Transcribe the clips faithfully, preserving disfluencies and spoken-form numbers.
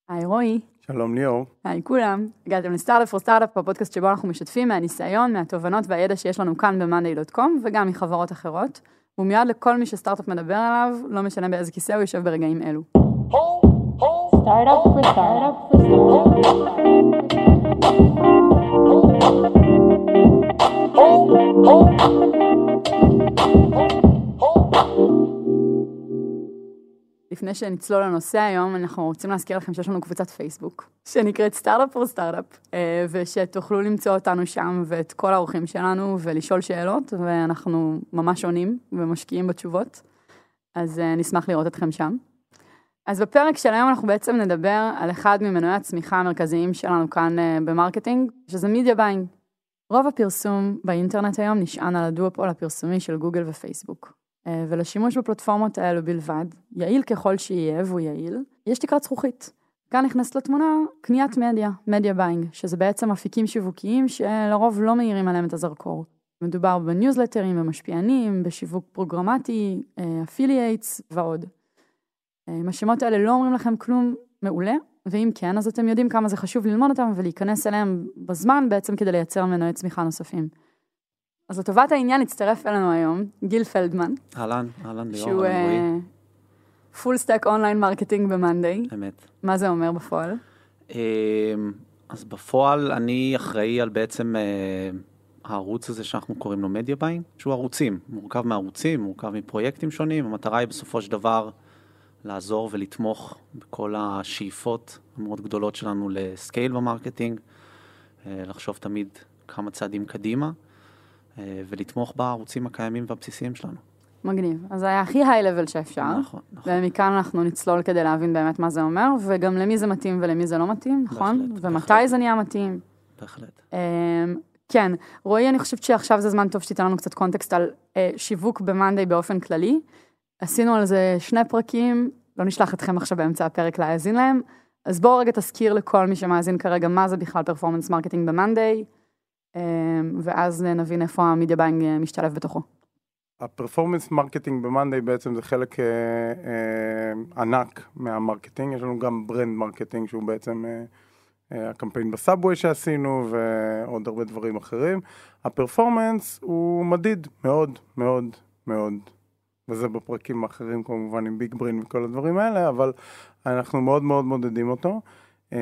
היי רועי. שלום ליאור. היי כולם. הגעתם לסטארט-אפ פור סטארט-אפ, הפודקאסט שבו אנחנו משתפים מהניסיון, מהתובנות והידע שיש לנו כאן ב-מאנדיי דוט קום וגם מחברות אחרות. הוא מיועד לכל מי שסטארט-אפ מדבר עליו, לא משנה באיזה כיסא הוא יושב ברגעים אלו. סטארט-אפ פור סטארט-אפ לפני שנצלול לנושא היום, אנחנו רוצים להזכיר לכם שיש לנו קבוצת פייסבוק, שנקראת סטארט-אפ פור סטארט-אפ, ושתוכלו למצוא אותנו שם ואת כל האורחים שלנו ולשאול שאלות, ואנחנו ממש עונים ומשקיעים בתשובות, אז נשמח לראות אתכם שם. אז בפרק של היום אנחנו בעצם נדבר על אחד ממנועי הצמיחה המרכזיים שלנו כאן במרקטינג, שזה מידיה ביינג. רוב הפרסום באינטרנט היום נשען על הדואופול הפרסומי של גוגל ופייסבוק. ולשימוש בפלטפורמות האלו בלבד, יעיל ככל שיהיה והוא יעיל, יש תקרת זכוכית. כאן נכנסת לתמונה קניית מדיה, מדיה ביינג, שזה בעצם אפיקים שיווקיים שלרוב לא מאירים עליהם את הזרקור. מדובר בניוזלטרים, במשפיענים, בשיווק פרוגרמטי, אפילייטס ועוד. השמות האלה לא אומרים לכם כלום מעולה, ואם כן, אז אתם יודעים כמה זה חשוב ללמוד אותם ולהיכנס אליהם בזמן בעצם כדי לייצר מנועי צמיחה נוספים. אז לטובת העניין הצטרף אלינו היום, גיל פלדמן. אהלן, אהלן ליאור, שהוא פול סטאק אונליין מרקטינג במאנדיי. אמת. מה זה אומר בפועל? אז בפועל אני אחראי על בעצם הערוץ הזה שאנחנו קוראים לו מדיה ביינג, שהוא ערוצים, מורכב מערוצים, מורכב מפרויקטים שונים, המטרה היא בסופו של דבר לעזור ולתמוך בכל השאיפות המאוד גדולות שלנו לסקייל במרקטינג, לחשוב תמיד כמה צעדים קדימה, ולתמוך בערוצים הקיימים והבסיסיים שלנו. מגניב. אז זה היה הכי היי-לבל שאפשר. נכון, נכון. ומכאן אנחנו נצלול כדי להבין באמת מה זה אומר, וגם למי זה מתאים ולמי זה לא מתאים, נכון? בהחלט, ומתי בהחלט. זה נהיה מתאים. בהחלט. כן, רועי, אני חושבת שעכשיו זה זמן טוב שתיתן לנו קצת קונטקסט על שיווק במאנדיי באופן כללי. עשינו על זה שני פרקים, לא נשלח אתכם עכשיו באמצע הפרק להאזין להם, אז בואו רגע תזכיר לכל מי שמאזין כרגע מה זה בכלל פרפורמנס מרקטינג במאנדיי, ואז נבין איפה המידיה ביינג משתלב בתוכו. הפרפורמנס מרקטינג במאנדיי בעצם זה חלק אה, אה, ענק מהמרקטינג, יש לנו גם ברנד מרקטינג שהוא בעצם אה, אה, הקמפיין בסאבווי שעשינו ועוד הרבה דברים אחרים. הפרפורמנס הוא מדיד מאוד מאוד מאוד, וזה בפרקים האחרים כמובן עם ביג ברין וכל הדברים האלה, אבל אנחנו מאוד מאוד מודדים אותו. אה,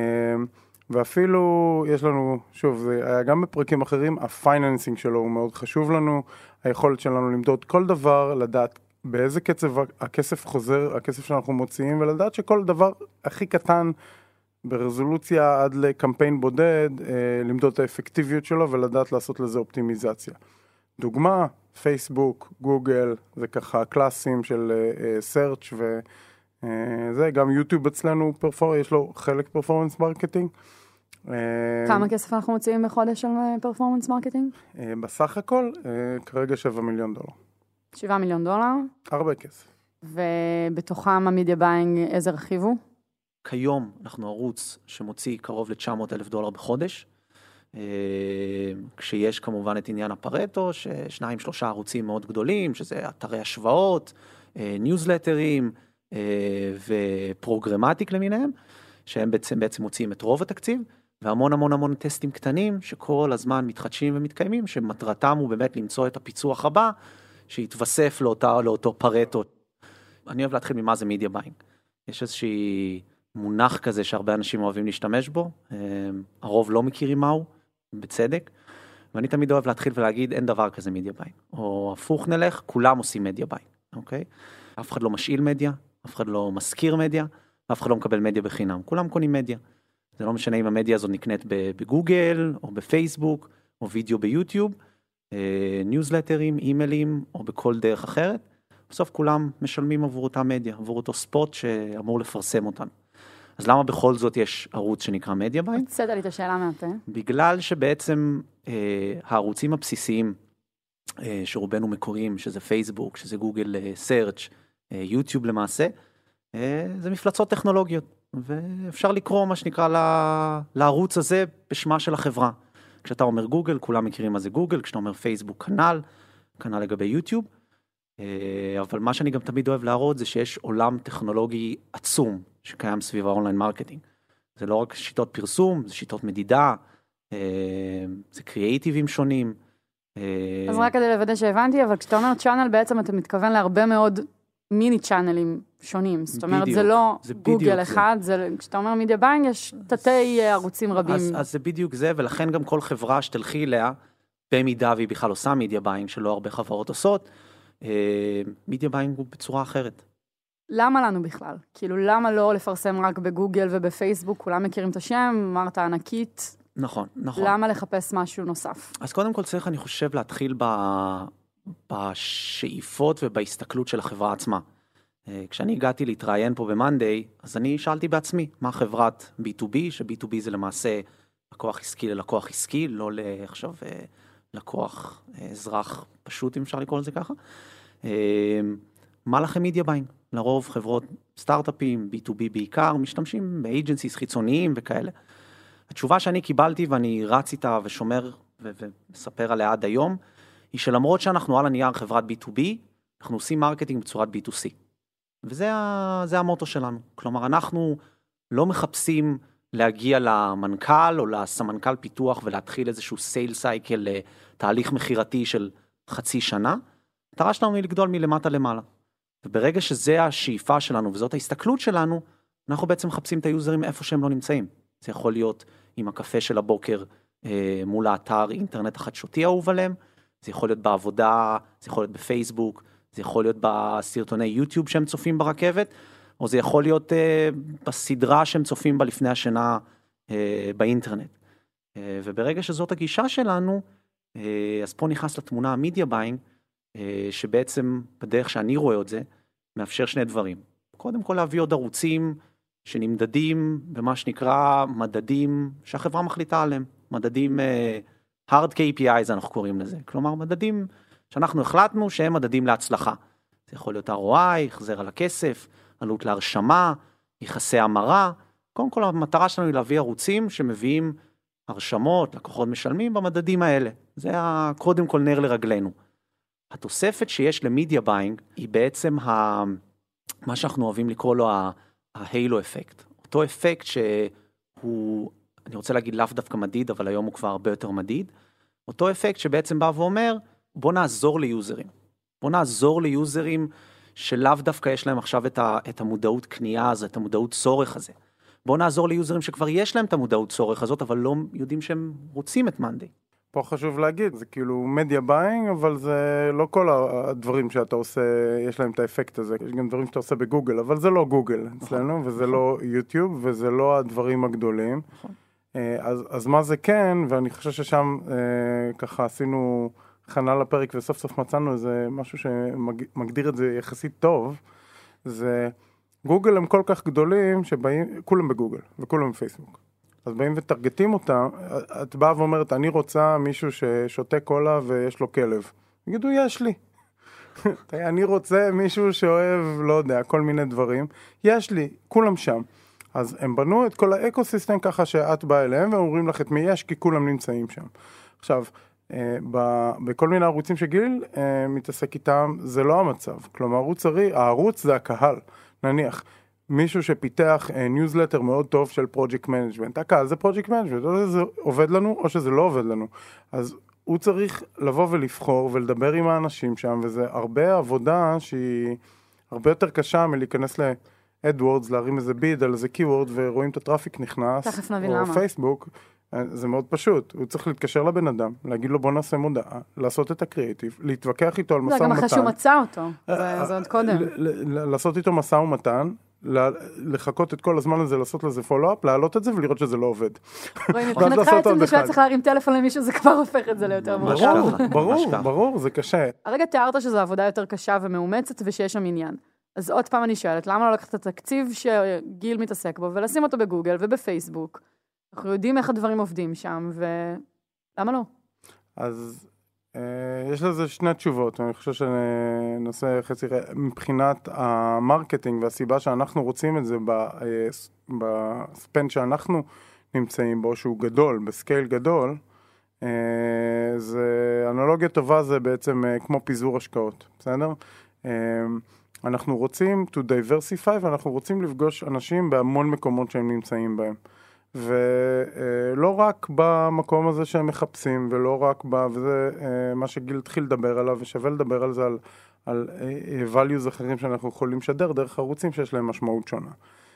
ואפילו יש לנו, שוב, זה היה גם בפרקים אחרים, הפייננסינג שלו הוא מאוד חשוב לנו, היכולת שלנו למדוד כל דבר, לדעת באיזה קצב הכסף חוזר, הכסף שאנחנו מוציאים, ולדעת שכל דבר הכי קטן ברזולוציה עד לקמפיין בודד, למדוד את האפקטיביות שלו ולדעת לעשות לזה אופטימיזציה. דוגמה, פייסבוק, גוגל, זה ככה קלאסים של סרצ' ו... זה, גם יוטיוב אצלנו, יש לו חלק פרפורמנס מרקטינג. כמה כסף אנחנו מוציאים בחודש על פרפורמנס מרקטינג? בסך הכל, כרגע שבעה מיליון דולר. שבעה מיליון דולר? הרבה כסף. ובתוכם המידיה ביינג איזה רכיב הוא? כיום אנחנו ערוץ שמוציא קרוב ל-תשע מאות אלף דולר בחודש, כשיש כמובן את עניין הפרטו, ששניים שלושה ערוצים מאוד גדולים, שזה אתרי השוואות, ניוזלטרים, ופרוגרמטיק למיניהם, שהם בעצם, בעצם מוציאים את רוב התקציב, והמון המון המון טסטים קטנים, שכל הזמן מתחדשים ומתקיימים, שמטרתם הוא באמת למצוא את הפיצוח הבא, שיתווסף לאותה, לאותו פרטו. אני אוהב להתחיל ממה זה מידיה ביינג. יש איזושהי מונח כזה שהרבה אנשים אוהבים להשתמש בו, הרוב לא מכירים מהו, בצדק, ואני תמיד אוהב להתחיל ולהגיד, אין דבר כזה מידיה ביינג. או הפוך נלך, כולם עושים מידיה ביינג, אוקיי? אף אחד לא משאיל מדיה, אף אחד לא מזכיר מדיה, אף אחד לא מקבל מדיה בחינם. כולם קונים מדיה. זה לא משנה אם המדיה הזאת נקנית בגוגל, או בפייסבוק, או וידאו ביוטיוב, ניוזלטרים, אימיילים, או בכל דרך אחרת. בסוף כולם משלמים עבור אותה מדיה, עבור אותו ספוט שאמור לפרסם אותנו. אז למה בכל זאת יש ערוץ שנקרא מדיה ביינג? הוצאת לי את השאלה מהפה. בגלל שבעצם אה, הערוצים הבסיסיים, אה, שרובנו מקוריים, שזה פייסבוק, שזה גוגל סרצ', יוטיוב למעשה, זה מפלצות טכנולוגיות, ואפשר לקרוא מה שנקרא לערוץ הזה בשמה של החברה. כשאתה אומר גוגל, כולם מכירים מה זה גוגל, כשאתה אומר פייסבוק, כנ"ל, כנ"ל לגבי יוטיוב, אבל מה שאני גם תמיד אוהב להראות זה שיש עולם טכנולוגי עצום שקיים סביב האונליין מרקטינג. זה לא רק שיטות פרסום, זה שיטות מדידה, זה קריאייטיבים שונים. אז רק כדי לוודא שהבנתי, אבל כשאתה אומר צ'אנל בעצם אתה מתכוון להרבה מאוד מיני צ'אנלים שונים, זאת אומרת זה לא גוגל אחד, כשאתה אומר מידיה ביינג יש תתי ערוצים רבים. אז זה בדיוק זה, ולכן גם כל חברה שתלכי אליה, במידה והיא בכלל עושה מידיה ביינג, שלא הרבה חברות עושות, מידיה ביינג הוא בצורה אחרת. למה לנו בכלל? כאילו למה לא לפרסם רק בגוגל ובפייסבוק, כולם מכירים את השם, אמרת ענקית, נכון, נכון. למה לחפש משהו נוסף? אז קודם כל צריך, אני חושב, להתחיל ב... בשאיפות ובהסתכלות של החברה עצמה. כשאני הגעתי להתראיין פה במנדי, אז אני שאלתי בעצמי, מה חברת בי טו בי, ש-בי טו בי זה למעשה לקוח עסקי ללקוח עסקי, לא עכשיו לקוח אזרח פשוט, אם אפשר לקרוא לזה ככה. מה לכם מידיה ביינג? לרוב חברות סטארט-אפים, בי טו בי בעיקר, משתמשים באג'נסיס חיצוניים וכאלה. התשובה שאני קיבלתי ואני רץ איתה ושומר ומספר עליה עד היום, היא שלמרות שאנחנו על הנייר חברת בי טו בי, אנחנו עושים מרקטינג בצורת בי טו סי. וזה זה המוטו שלנו. כלומר, אנחנו לא מחפשים להגיע למנכ"ל או לסמנכ"ל פיתוח ולהתחיל איזשהו סייל סייקל, תהליך מחירתי של חצי שנה. המטרה שלנו היא לגדול מלמטה למעלה. וברגע שזה השאיפה שלנו וזאת ההסתכלות שלנו, אנחנו בעצם מחפשים את היוזרים איפה שהם לא נמצאים. זה יכול להיות עם הקפה של הבוקר אה, מול האתר אינטרנט החדשותי האהוב עליהם, זה יכול להיות בעבודה, זה יכול להיות בפייסבוק, זה יכול להיות בסרטוני יוטיוב שהם צופים ברכבת, או זה יכול להיות אה, בסדרה שהם צופים בה לפני השינה אה, באינטרנט. אה, וברגע שזאת הגישה שלנו, אה, אז פה נכנס לתמונה המידיה ביינג, אה, שבעצם בדרך שאני רואה את זה, מאפשר שני דברים. קודם כל להביא עוד ערוצים שנמדדים במה שנקרא מדדים שהחברה מחליטה עליהם. מדדים uh, hard קי פי איז אנחנו קוראים לזה. כלומר, מדדים שאנחנו החלטנו שהם מדדים להצלחה. זה יכול להיות אר או איי, החזר על הכסף, עלות להרשמה, יחסי המרה. קודם כל, המטרה שלנו היא להביא ערוצים שמביאים הרשמות, לקוחות משלמים במדדים האלה. זה קודם כל נר לרגלינו. התוספת שיש למידיה ביינג היא בעצם ה... מה שאנחנו אוהבים לקרוא לו ההיילו אפקט. אותו אפקט שהוא, אני רוצה להגיד לאו דווקא מדיד, אבל היום הוא כבר הרבה יותר מדיד. אותו אפקט שבעצם בא ואומר, בוא נעזור ליוזרים. בוא נעזור ליוזרים שלאו דווקא יש להם עכשיו את, ה, את המודעות קנייה הזו, את המודעות צורך הזה. בוא נעזור ליוזרים שכבר יש להם את המודעות צורך הזאת, אבל לא יודעים שהם רוצים את מנדי. פה חשוב להגיד, זה כאילו מדיה ביינג, אבל זה לא כל הדברים שאתה עושה, יש להם את האפקט הזה. יש גם דברים שאתה עושה בגוגל, אבל זה לא גוגל אצלנו, וזה לא יוטיוב, וזה לא הדברים הגדולים. אז, אז מה זה כן, ואני חושב ששם ככה עשינו הכנה לפרק, וסוף סוף מצאנו איזה משהו שמגדיר את זה יחסית טוב, זה גוגל הם כל כך גדולים, שבאים, כולם בגוגל, וכולם בפייסבוק. אז באים וטרגטים אותם, את באה ואומרת, אני רוצה מישהו ששותה קולה ויש לו כלב. יגידו, יש לי. אני רוצה מישהו שאוהב, לא יודע, כל מיני דברים. יש לי, כולם שם. אז הם בנו את כל האקוסיסטם ככה שאת באה אליהם, ואומרים לך את מי יש, כי כולם נמצאים שם. עכשיו, בכל מיני ערוצים שגיל מתעסק איתם, זה לא המצב. כלומר, הערוץ זה הקהל, נניח. מישהו שפיתח ניוזלטר מאוד טוב של פרויקט מנג'מנט. הקהל זה פרויקט מנג'מנט, או שזה עובד לנו או שזה לא עובד לנו. אז הוא צריך לבוא ולבחור ולדבר עם האנשים שם, וזה הרבה עבודה שהיא הרבה יותר קשה מלהיכנס ל-AdWords, להרים איזה ביד על איזה קיוורד, ורואים את הטראפיק נכנס. תכף נבין או למה. פייסבוק, זה מאוד פשוט. הוא צריך להתקשר לבן אדם, להגיד לו בוא נעשה מודעה, לעשות את הקריאטיב, להתווכח איתו על משא ומתן. זה גם אחרי שהוא מצא אותו, זה עוד קודם. לעשות איתו משא ומתן, לחכות את כל הזמן הזה, לעשות לזה פולו-אפ, להעלות את זה ולראות שזה לא עובד. רואים, מבחינתך עצם זה שהיה צריך להרים טלפון למישהו, זה כבר הופך את זה ליותר מורכב. ברור, ברור, זה קשה. הרגע תיארת שזו עבודה יותר קשה ומאומצת ושיש שם עניין. אז עוד פעם אני שואלת, למה לא לקחת את התקציב שגיל מתעסק בו, ולשים אותו בגוגל ובפייסבוק? אנחנו יודעים איך הדברים עובדים שם, ולמה לא? אז יש לזה שני תשובות, אני חושב שנושא חצי, מבחינת המרקטינג והסיבה שאנחנו רוצים את זה בספן שאנחנו נמצאים בו, שהוא גדול, בסקייל גדול, זה אנלוגיה טובה, זה בעצם כמו פיזור השקעות, בסדר? אנחנו רוצים to diversify, ואנחנו רוצים לפגוש אנשים בהמון מקומות שהם נמצאים בהם. ולא רק במקום הזה שהם מחפשים, ולא רק ב... וזה מה שגיל התחיל לדבר עליו, ושווה לדבר על זה, על, על values אחרים שאנחנו יכולים לשדר, דרך ערוצים שיש להם משמעות שונה.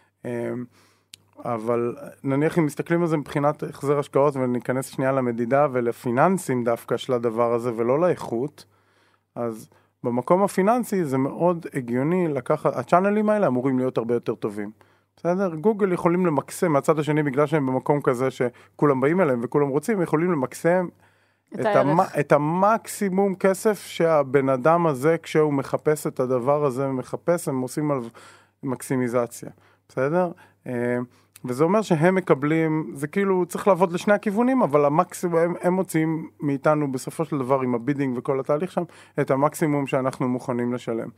אבל נניח אם מסתכלים על זה מבחינת החזר השקעות, וניכנס שנייה למדידה ולפיננסים דווקא של הדבר הזה, ולא לאיכות, אז במקום הפיננסי זה מאוד הגיוני לקחת, הצ'אנלים האלה אמורים להיות הרבה יותר טובים. בסדר? גוגל יכולים למקסם, מהצד השני, בגלל שהם במקום כזה שכולם באים אליהם וכולם רוצים, יכולים למקסם את, את, המ, את המקסימום כסף שהבן אדם הזה, כשהוא מחפש את הדבר הזה, מחפש, הם עושים על מקסימיזציה. בסדר? וזה אומר שהם מקבלים, זה כאילו צריך לעבוד לשני הכיוונים, אבל המקסימום, הם, הם מוצאים מאיתנו בסופו של דבר עם הבידינג וכל התהליך שם, את המקסימום שאנחנו מוכנים לשלם.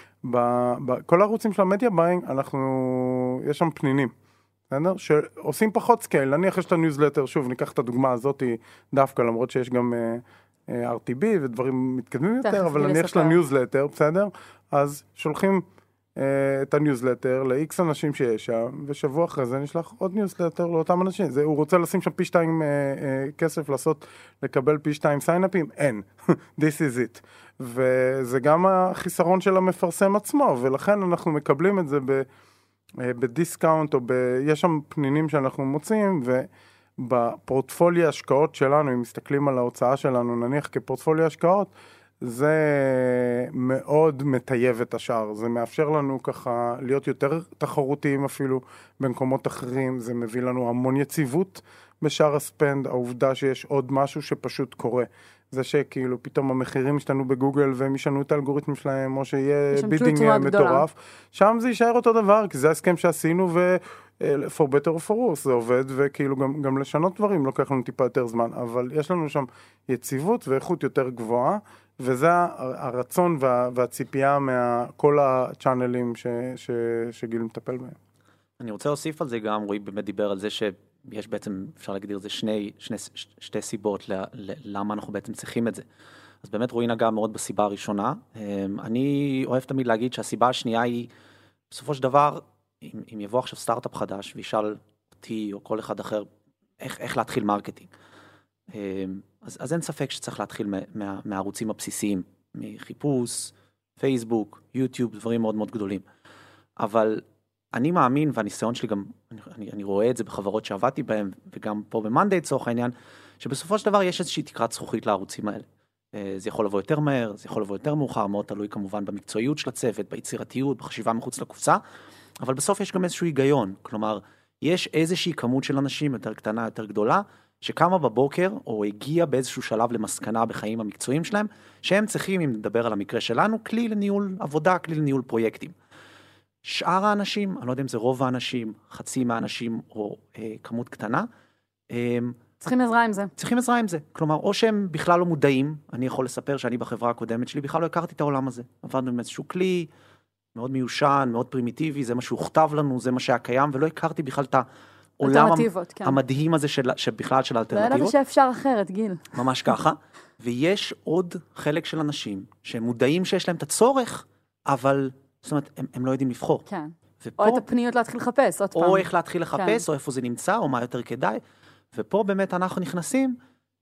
בכל הערוצים של המדיה ביינג, אנחנו, יש שם פנינים, בסדר? שעושים פחות סקייל, נניח יש את הניוזלטר, שוב, ניקח את הדוגמה הזאת דווקא, למרות שיש גם uh, uh, אר טי בי ודברים מתקדמים יותר, אבל נניח של הניוזלטר, בסדר? אז שולחים uh, את הניוזלטר ל-X אנשים שיש שם, ושבוע אחרי זה נשלח עוד ניוזלטר לאותם אנשים. זה, הוא רוצה לשים שם פי שתיים uh, uh, כסף, לעשות, לקבל פי שתיים סיינאפים? אין. This is it. וזה גם החיסרון של המפרסם עצמו, ולכן אנחנו מקבלים את זה בדיסקאונט, או ב... יש שם פנינים שאנחנו מוצאים, ובפורטפוליו השקעות שלנו, אם מסתכלים על ההוצאה שלנו, נניח כפורטפוליו השקעות, זה מאוד מטייב את השאר, זה מאפשר לנו ככה להיות יותר תחרותיים אפילו במקומות אחרים, זה מביא לנו המון יציבות בשאר הספנד, העובדה שיש עוד משהו שפשוט קורה. זה שכאילו פתאום המחירים ישתנו בגוגל והם ישנו את האלגוריתמים שלהם, או שיהיה בידינג מטורף. שם זה יישאר אותו דבר, כי זה ההסכם שעשינו, ו for better or for worse, זה עובד, וכאילו גם, גם לשנות דברים, לוקח לנו טיפה יותר זמן, אבל יש לנו שם יציבות ואיכות יותר גבוהה, וזה הרצון וה, והציפייה מכל הצ'אנלים ש, ש, שגיל מטפל בהם. אני רוצה להוסיף על זה גם, רועי באמת דיבר על זה ש... יש בעצם, אפשר להגדיר, זה שני, שני, שתי סיבות ל, ל, למה אנחנו בעצם צריכים את זה. אז באמת רועי נגע מאוד בסיבה הראשונה. אני אוהב תמיד להגיד שהסיבה השנייה היא, בסופו של דבר, אם, אם יבוא עכשיו סטארט-אפ חדש, וישאל אותי או כל אחד אחר, איך, איך להתחיל מרקטינג. אז, אז אין ספק שצריך להתחיל מה, מה, מהערוצים הבסיסיים, מחיפוש, פייסבוק, יוטיוב, דברים מאוד מאוד גדולים. אבל אני מאמין, והניסיון שלי גם, אני, אני רואה את זה בחברות שעבדתי בהן, וגם פה במאנדיי צורך העניין, שבסופו של דבר יש איזושהי תקרת זכוכית לערוצים האלה. זה יכול לבוא יותר מהר, זה יכול לבוא יותר מאוחר, מאוד תלוי כמובן במקצועיות של הצוות, ביצירתיות, בחשיבה מחוץ לקופסה, אבל בסוף יש גם איזשהו היגיון, כלומר, יש איזושהי כמות של אנשים יותר קטנה, יותר גדולה, שקמה בבוקר, או הגיע באיזשהו שלב למסקנה בחיים המקצועיים שלהם, שהם צריכים, אם נדבר על המקרה שלנו, כלי לניהול עבודה, כלי לניהול פרויקטים. שאר האנשים, אני לא יודע אם זה רוב האנשים, חצי מהאנשים או אה, כמות קטנה, אה, צריכים עזרה עם זה. צריכים עזרה עם זה. כלומר, או שהם בכלל לא מודעים, אני יכול לספר שאני בחברה הקודמת שלי, בכלל לא הכרתי את העולם הזה. עבדנו עם איזשהו כלי, מאוד מיושן, מאוד פרימיטיבי, זה מה שהוכתב לנו, זה מה שהיה קיים, ולא הכרתי בכלל את העולם כן. המדהים הזה של, שבכלל של האלטרנטיבות. ואלה שאפשר אחרת, גיל. ממש ככה. ויש עוד חלק של אנשים שהם מודעים שיש להם את הצורך, אבל זאת אומרת, הם, הם לא יודעים לבחור. כן. ופה, או את הפניות להתחיל לחפש, עוד פעם. או איך להתחיל לחפש, כן. או איפה זה נמצא, או מה יותר כדאי. ופה באמת אנחנו נכנסים,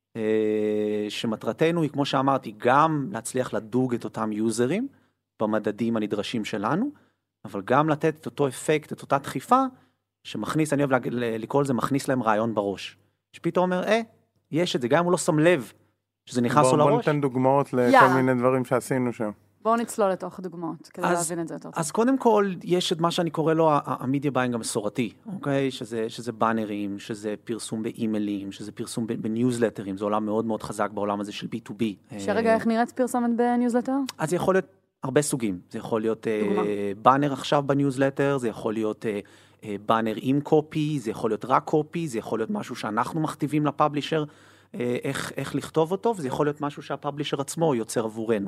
אה, שמטרתנו היא, כמו שאמרתי, גם להצליח לדוג את אותם יוזרים, במדדים הנדרשים שלנו, אבל גם לתת את אותו אפקט, את אותה דחיפה, שמכניס, אני אוהב לקרוא לזה, מכניס להם רעיון בראש. שפתאום אומר, אה, יש את זה, גם אם הוא לא שם לב, שזה נכנס לו לראש. בואו ניתן דוגמאות לכל מיני דברים שעשינו שם. בואו נצלול לתוך הדוגמאות, כדי אז, להבין את זה יותר. אז קודם כל, יש את מה שאני קורא לו המדיה ביינג המסורתי, אוקיי? שזה, שזה בנרים, שזה פרסום באימיילים, שזה פרסום בניוזלטרים, זה עולם מאוד מאוד חזק בעולם הזה של בי טו בי. שרגע, איך נראית פרסומת בניוזלטר? אז זה יכול להיות הרבה סוגים. זה יכול להיות בנר עכשיו בניוזלטר, זה יכול להיות בנר עם קופי, זה יכול להיות רק קופי, זה יכול להיות משהו שאנחנו מכתיבים לפאבלישר, איך, איך לכתוב אותו, וזה יכול להיות משהו שהפאבלישר עצמו יוצר עבורנו.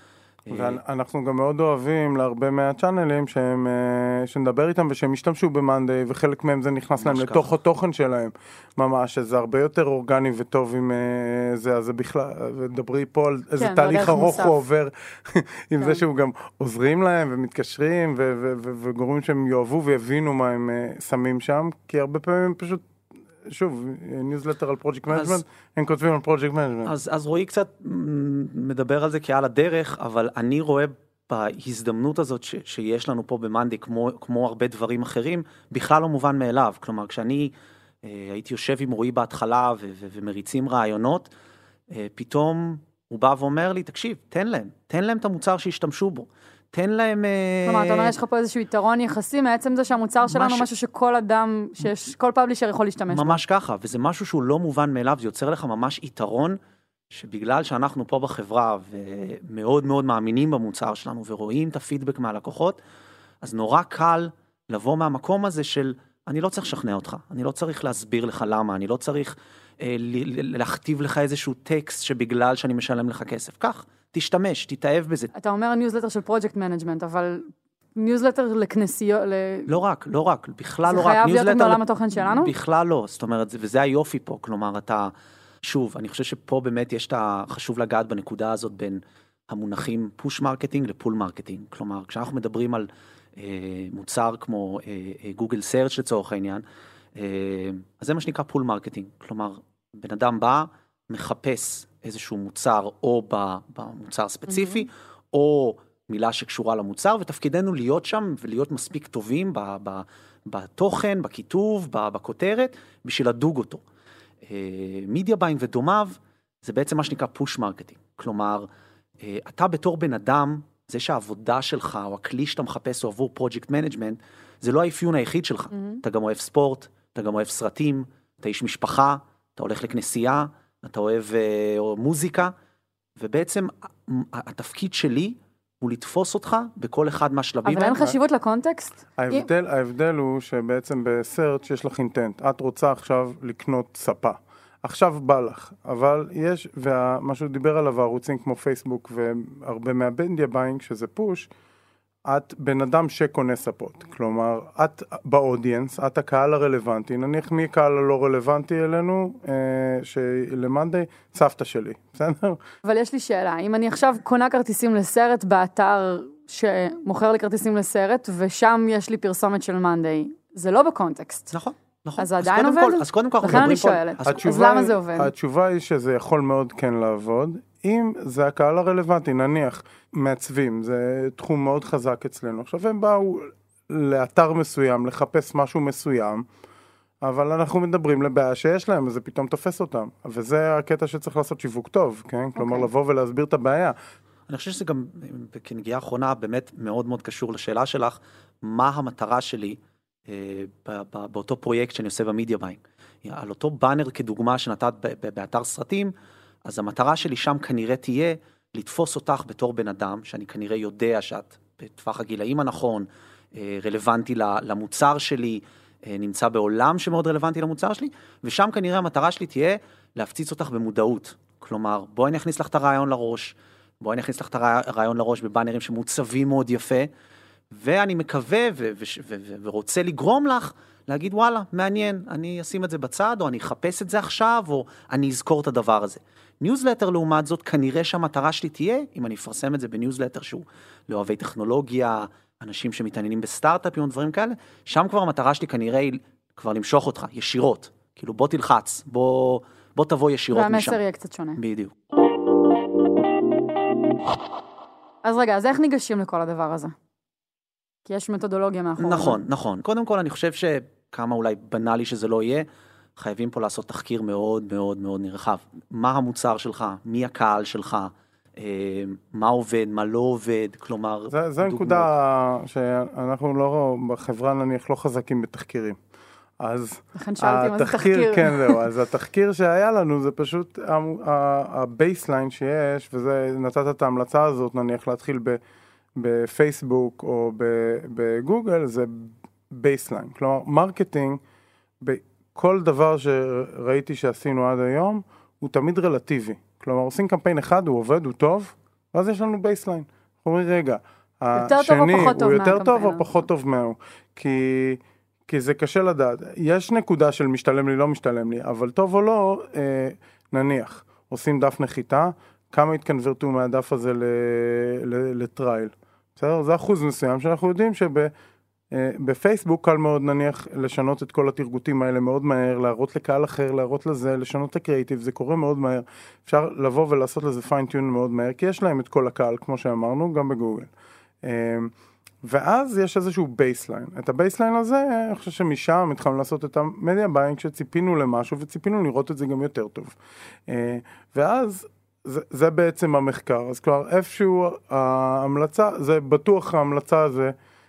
ואנחנו גם מאוד אוהבים להרבה מהצ'אנלים שהם, שנדבר איתם ושהם השתמשו במאנדיי, וחלק מהם זה נכנס להם לתוך התוכן שלהם, ממש, זה הרבה יותר אורגני וטוב עם זה, אז זה בכלל, ודברי פה על איזה תהליך ארוך הוא עובר, עם זה שהוא גם עוזרים להם ומתקשרים וגורמים שהם יאהבו ויבינו מה הם שמים שם, כי הרבה פעמים הם פשוט שוב, ניוזלטר על פרויקט מנג'מנט, הם כותבים על פרויקט מנג'מנט. אז, אז רועי קצת מדבר על זה כעל הדרך, אבל אני רואה בהזדמנות הזאת ש, שיש לנו פה במאנדי, כמו, כמו הרבה דברים אחרים, בכלל לא מובן מאליו. כלומר, כשאני אה, הייתי יושב עם רועי בהתחלה ו, ו, ומריצים רעיונות, אה, פתאום הוא בא ואומר לי, תקשיב, תן להם, תן להם את המוצר שישתמשו בו. תן להם... כלומר, אתה אומר, יש לך פה איזשהו יתרון יחסי, מעצם זה שהמוצר שלנו משהו שכל אדם, כל פאבלישר יכול להשתמש בו. ממש ככה, וזה משהו שהוא לא מובן מאליו, זה יוצר לך ממש יתרון, שבגלל שאנחנו פה בחברה, ומאוד מאוד מאמינים במוצר שלנו, ורואים את הפידבק מהלקוחות, אז נורא קל לבוא מהמקום הזה של, אני לא צריך לשכנע אותך, אני לא צריך להסביר לך למה, אני לא צריך אה, להכתיב לך איזשהו טקסט, שבגלל שאני משלם לך כסף. כך. תשתמש, תתאהב בזה. אתה אומר ניוזלטר של פרויקט מנג'מנט, אבל ניוזלטר לכנסיות... לא רק, לא רק, בכלל לא רק. זה חייב להיות מעולם התוכן שלנו? בכלל לא, זאת אומרת, וזה היופי פה, כלומר, אתה, שוב, אני חושב שפה באמת יש את החשוב לגעת בנקודה הזאת בין המונחים פוש מרקטינג לפול מרקטינג, כלומר, כשאנחנו מדברים על אה, מוצר כמו אה, גוגל סרצ' לצורך העניין, אה, אז זה מה שנקרא פול מרקטינג, כלומר, בן אדם בא, מחפש איזשהו מוצר או במוצר ספציפי, mm-hmm. או מילה שקשורה למוצר, ותפקידנו להיות שם ולהיות מספיק טובים ב, ב, בתוכן, בכיתוב, ב, בכותרת, בשביל לדוג אותו. מידיה ביינג ודומיו, זה בעצם מה שנקרא פוש מרקטינג. כלומר, אתה בתור בן אדם, זה שהעבודה שלך, או הכלי שאתה מחפש, או עבור פרויקט מנג'מנט, זה לא האפיון היחיד שלך. Mm-hmm. אתה גם אוהב ספורט, אתה גם אוהב סרטים, אתה איש משפחה, אתה הולך לכנסייה, אתה אוהב או מוזיקה, ובעצם התפקיד שלי הוא לתפוס אותך בכל אחד מהשלבים. אבל אין חשיבות לקונטקסט? ההבדל, ההבדל הוא שבעצם בסרט שיש לך אינטנט, את רוצה עכשיו לקנות ספה, עכשיו בא לך, אבל יש, ומה שהוא דיבר עליו, הערוצים כמו פייסבוק והרבה מהמדיה ביינג, שזה פוש, את בן אדם שקונה ספות, כלומר, את באודיאנס, את הקהל הרלוונטי, נניח מי הקהל הלא רלוונטי אלינו, אה, שלמנדי, סבתא שלי, בסדר? אבל יש לי שאלה, אם אני עכשיו קונה כרטיסים לסרט באתר שמוכר לי כרטיסים לסרט, ושם יש לי פרסומת של מנדי, זה לא בקונטקסט. נכון. נכון. אז זה עדיין עובד? כל, אז קודם כל, לכן אני שואלת, אז, אז למה זה עובד? התשובה היא שזה יכול מאוד כן לעבוד, אם זה הקהל הרלוונטי, נניח מעצבים, זה תחום מאוד חזק אצלנו, עכשיו הם באו לאתר מסוים, לחפש משהו מסוים, אבל אנחנו מדברים לבעיה שיש להם, וזה פתאום תופס אותם, וזה הקטע שצריך לעשות שיווק טוב, כן? כלומר, okay. לבוא ולהסביר את הבעיה. אני חושב שזה גם, כנגיעה האחרונה, באמת מאוד מאוד קשור לשאלה שלך, מה המטרה שלי, באותו פרויקט שאני עושה במדיה ביינג. על אותו בנר כדוגמה שנתת באתר סרטים, אז המטרה שלי שם כנראה תהיה לתפוס אותך בתור בן אדם, שאני כנראה יודע שאת בטווח הגילאים הנכון, רלוונטי למוצר שלי, נמצא בעולם שמאוד רלוונטי למוצר שלי, ושם כנראה המטרה שלי תהיה להפציץ אותך במודעות. כלומר, בואי נכניס לך את הרעיון לראש, בואי נכניס לך את הרעיון לראש בבנרים שמוצבים מאוד יפה, ואני מקווה ו- ו- ו- ו- ורוצה לגרום לך להגיד, וואלה, מעניין, אני אשים את זה בצד, או אני אחפש את זה עכשיו, או אני אזכור את הדבר הזה. ניוזלטר לעומת זאת, כנראה שהמטרה שלי תהיה, אם אני אפרסם את זה בניוזלטר שהוא לאוהבי טכנולוגיה, אנשים שמתעניינים בסטארט-אפים או דברים כאלה, שם כבר המטרה שלי כנראה היא כבר למשוך אותך, ישירות. כאילו בוא תלחץ, בוא, בוא תבוא ישירות משם. והמסר יהיה קצת שונה. בדיוק. אז רגע, אז איך ניגשים לכל הדבר הזה? כי יש מתודולוגיה מאחורי. נכון, נכון. קודם כל אני חושב שכמה אולי בנאלי שזה לא יהיה, חייבים פה לעשות תחקיר מאוד מאוד מאוד נרחב. מה המוצר שלך, מי הקהל שלך, מה עובד, מה לא עובד, כלומר... זה, זה נקודה שאנחנו לא, בחברה נניח לא חזקים בתחקירים. אז התחקיר, כן זהו, אז התחקיר שהיה לנו זה פשוט הבייסליין שיש, וזה נתת את ההמלצה הזאת, נניח להתחיל ב... בפייסבוק או בגוגל, זה בייסליין. כלומר, מרקטינג, בכל דבר שראיתי שעשינו עד היום, הוא תמיד רלטיבי. כלומר, עושים קמפיין אחד, הוא עובד, הוא טוב, ואז יש לנו בייסליין. אנחנו אומרים, רגע, השני הוא יותר טוב או פחות טוב מהו. כי, כי זה קשה לדעת. יש נקודה של משתלם לי, לא משתלם לי, אבל טוב או לא, נניח, עושים דף נחיתה, כמה התקנברטו מהדף הזה לטרייל. בסדר? זה אחוז מסוים שאנחנו יודעים בפייסבוק קל מאוד נניח לשנות את כל התרגותים האלה מאוד מהר, להראות לקהל אחר, להראות לזה, לשנות את הקריאיטיב, זה קורה מאוד מהר. אפשר לבוא ולעשות לזה פיינטיון מאוד מהר, כי יש להם את כל הקהל, כמו שאמרנו, גם בגוגל. ואז יש איזשהו בייסליין. את הבייסליין הזה, אני חושב שמשם התחלנו לעשות את המדיה ביינג, שציפינו למשהו, וציפינו לראות את זה גם יותר טוב. ואז זה, זה בעצם המחקר. אז כבר איפשהו ההמלצה, זה בטוח ההמלצה הזה,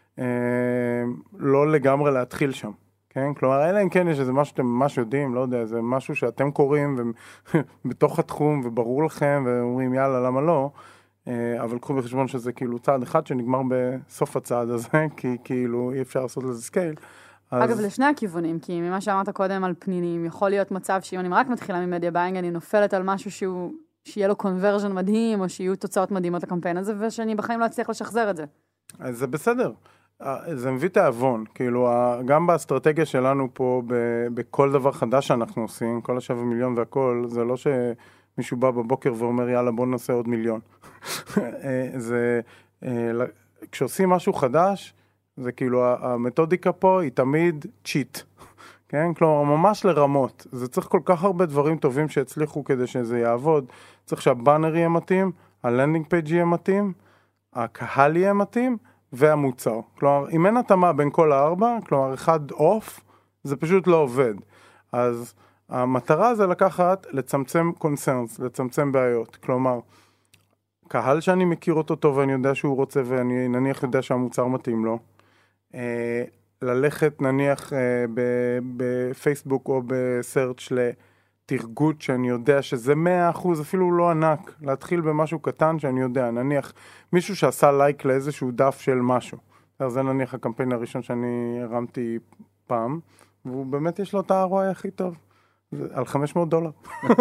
לא לגמרי להתחיל שם. כן? כלומר, אלא אם כן יש איזה משהו שאתם ממש יודעים, לא יודע, זה משהו שאתם קוראים בתוך התחום, וברור לכם, ואומרים, יאללה, למה לא? אבל קחו בחשבון שזה כאילו צעד אחד שנגמר בסוף הצעד הזה, כי כאילו אי אפשר לעשות לזה סקייל. אגב, לשני הכיוונים, כי ממה שאמרת קודם על פנינים, יכול להיות מצב שאם אני רק מתחילה ממדיה ביינג, אני נופלת על משהו שהוא, שיהיה לו קונברז'ן מדהים, או שיהיו תוצאות מדהימות לקמפיין הזה, ושאני בחיים לא אצליח לשחזר את זה. אז זה בסדר. זה מביא תאבון, כאילו, גם באסטרטגיה שלנו פה, בכל דבר חדש שאנחנו עושים, כל השבע מיליון והכל, זה לא שמישהו בא בבוקר ואומר, יאללה, בוא נעשה עוד מיליון. זה, כשעושים משהו חדש, זה כאילו, המתודיקה פה היא תמיד צ'יט, כן? כלומר, ממש לרמות. זה צריך כל כך הרבה דברים טובים שהצליחו כדי שזה יעבוד. צריך שהבאנר יהיה מתאים, הלנדינג פייג' יהיה מתאים, הקהל יהיה מתאים, והמוצר. כלומר, אם אין התאמה בין כל הארבע, כלומר, אחד אוף, זה פשוט לא עובד. אז המטרה זה לקחת, לצמצם קונסרנס, לצמצם בעיות. כלומר, קהל שאני מכיר אותו טוב, ואני יודע שהוא רוצה, ואני נניח יודע שהמוצר מתאים לו, ללכת נניח בפייסבוק או בסרצ' לתרגות שאני יודע שזה מאה אחוז, אפילו לא ענק, להתחיל במשהו קטן שאני יודע, נניח מישהו שעשה לייק לאיזשהו דף של משהו, זה נניח הקמפיין הראשון שאני הרמתי פעם, והוא באמת יש לו את ה-אר או איי הכי טוב, על חמש מאות דולר.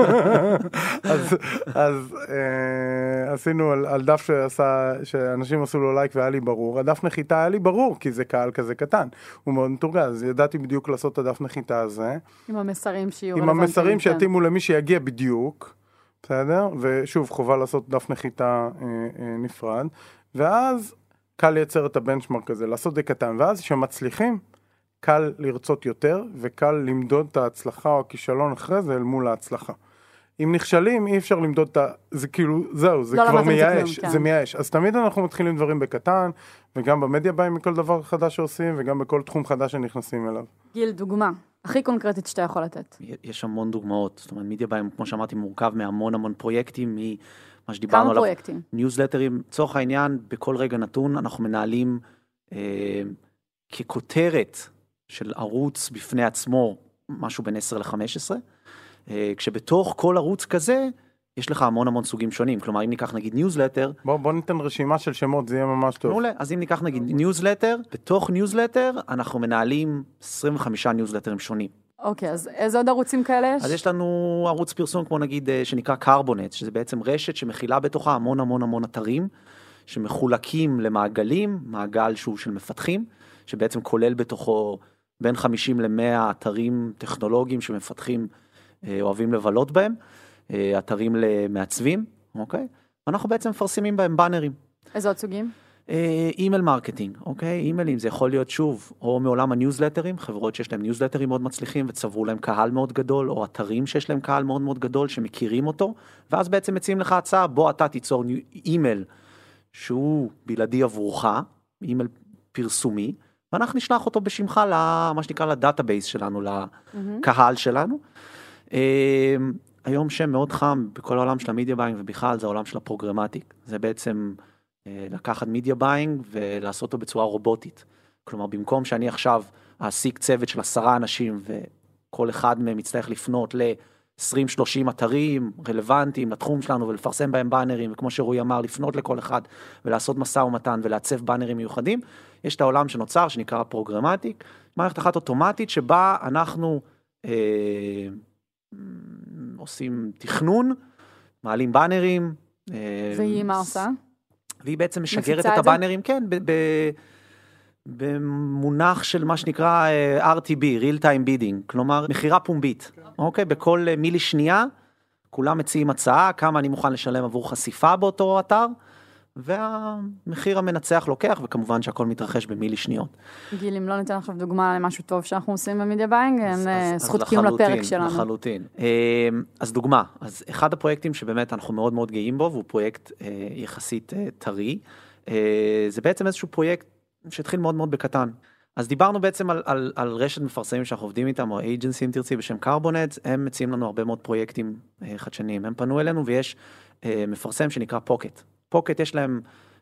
אז, אז אה, עשינו על, על דף שעשה, שאנשים עשו לו לייק והיה לי ברור, הדף נחיתה היה לי ברור, כי זה קהל כזה קטן, הוא מאוד מתורגל, אז ידעתי בדיוק לעשות את הדף נחיתה הזה. עם המסרים שיהיו עם המסרים שיתאימו למי שיגיע בדיוק, בסדר? ושוב, חובה לעשות דף נחיתה אה, אה, נפרד, ואז קל לייצר את הבנצ'מרק הזה, לעשות זה קטן, ואז שמצליחים, קל לרצות יותר, וקל למדוד את ההצלחה או הכישלון אחרי זה אל מול ההצלחה. אם נכשלים, אי אפשר למדוד את ה... זה כאילו, זהו, זה לא כבר מייאש, כן. זה מייאש. אז תמיד אנחנו מתחילים דברים בקטן, וגם במדיה ביינג מכל דבר חדש שעושים, וגם בכל תחום חדש שנכנסים אליו. גיל, דוגמה, הכי קונקרטית שאתה יכול לתת. יש המון דוגמאות, זאת אומרת, מדיה ביינג, כמו שאמרתי, מורכב מהמון המון פרויקטים, ממה שדיברנו עליו. כמה פרויקטים? ניוזלטרים, צורך העניין, בכל רגע נתון, אנחנו מנהלים אה, ככותרת, של ערוץ בפני עצמו, משהו בין עשר לחמש עשרה, כשבתוך כל ערוץ כזה, יש לך המון המון סוגים שונים, כלומר אם ניקח נגיד ניוזלטר, בוא, בוא ניתן רשימה של שמות, זה יהיה ממש טוב. מעולה, אז אם ניקח נגיד ניוזלטר, בתוך ניוזלטר אנחנו מנהלים עשרים וחמישה ניוזלטרים שונים. אוקיי, אז איזה עוד ערוצים כאלה יש? אז יש לנו ערוץ פרסום כמו נגיד שנקרא קרבונט, שזה בעצם רשת שמכילה בתוכה המון המון המון אתרים, שמחולקים למעגלים, מעגל שהוא של מפתחים, שבעצם כולל בתוכו בין חמישים למאה אתרים טכנולוגיים שמפתחים, אוהבים לבלות בהם, אתרים למעצבים, אוקיי? ואנחנו בעצם מפרסמים בהם בנרים. איזה עוד סוגים? אימייל מרקטינג, אוקיי? אימיילים, זה יכול להיות שוב, או מעולם הניוזלטרים, חברות שיש להם ניוזלטרים מאוד מצליחים, וצברו להם קהל מאוד גדול, או אתרים שיש להם קהל מאוד מאוד גדול, שמכירים אותו, ואז בעצם מציעים לך הצעה, בוא אתה תיצור אימייל, שהוא בלעדי עבורך, אימייל פרסומי, ואנחנו נשלח אותו בשמך, למה שנקרא לדאטאבייס שלנו, לקהל שלנו. היום שם מאוד חם בכל העולם של המדיה ביינג, ובכלל זה העולם של הפרוגרמטיק. זה בעצם לקחת מדיה ביינג ולעשות אותו בצורה רובוטית. כלומר, במקום שאני עכשיו אעסיק צוות של עשרה אנשים, וכל אחד מהם יצטרך לפנות ל-עשרים שלושים אתרים רלוונטיים לתחום שלנו, ולפרסם בהם בנרים, וכמו שרועי אמר, לפנות לכל אחד, ולעשות מסע ומתן, ולעצב בנרים מיוחדים, יש את העולם שנוצר, שנקרא פרוגרמטיק, מערכת אחת אוטומטית, שבה אנחנו אה, עושים תכנון, מעלים בנרים. אה, והיא מה עושה? והיא בעצם משגרת את הבנרים, כן, ב- ב- במונח של מה שנקרא אר טי בי, Real Time Bidding, כלומר, מחירה פומבית. אוקיי, בכל מילי שנייה, כולם מציעים הצעה, כמה אני מוכן לשלם עבור חשיפה באותו אתר, והמחיר המנצח לוקח, וכמובן שהכל מתרחש במילי שניות. גיל, אם לא ניתן עכשיו דוגמה למשהו טוב שאנחנו עושים במדיה ביינג, אין זכות קיום לפרק שלנו. לחלוטין. אז דוגמה, אז אחד הפרויקטים שבאמת אנחנו מאוד מאוד גאים בו, והוא פרויקט יחסית טרי, זה בעצם איזשהו פרויקט שהתחיל מאוד מאוד בקטן. אז דיברנו בעצם על, על, על רשת מפרסמים שאנחנו עובדים איתם, או אייג'נסי אם תרצי בשם קרבונט, הם מציעים לנו הרבה מאוד פרויקטים חדשניים. הם פנו אלינו ויש מפרסם שנקרא פוקט. פוקט יש להם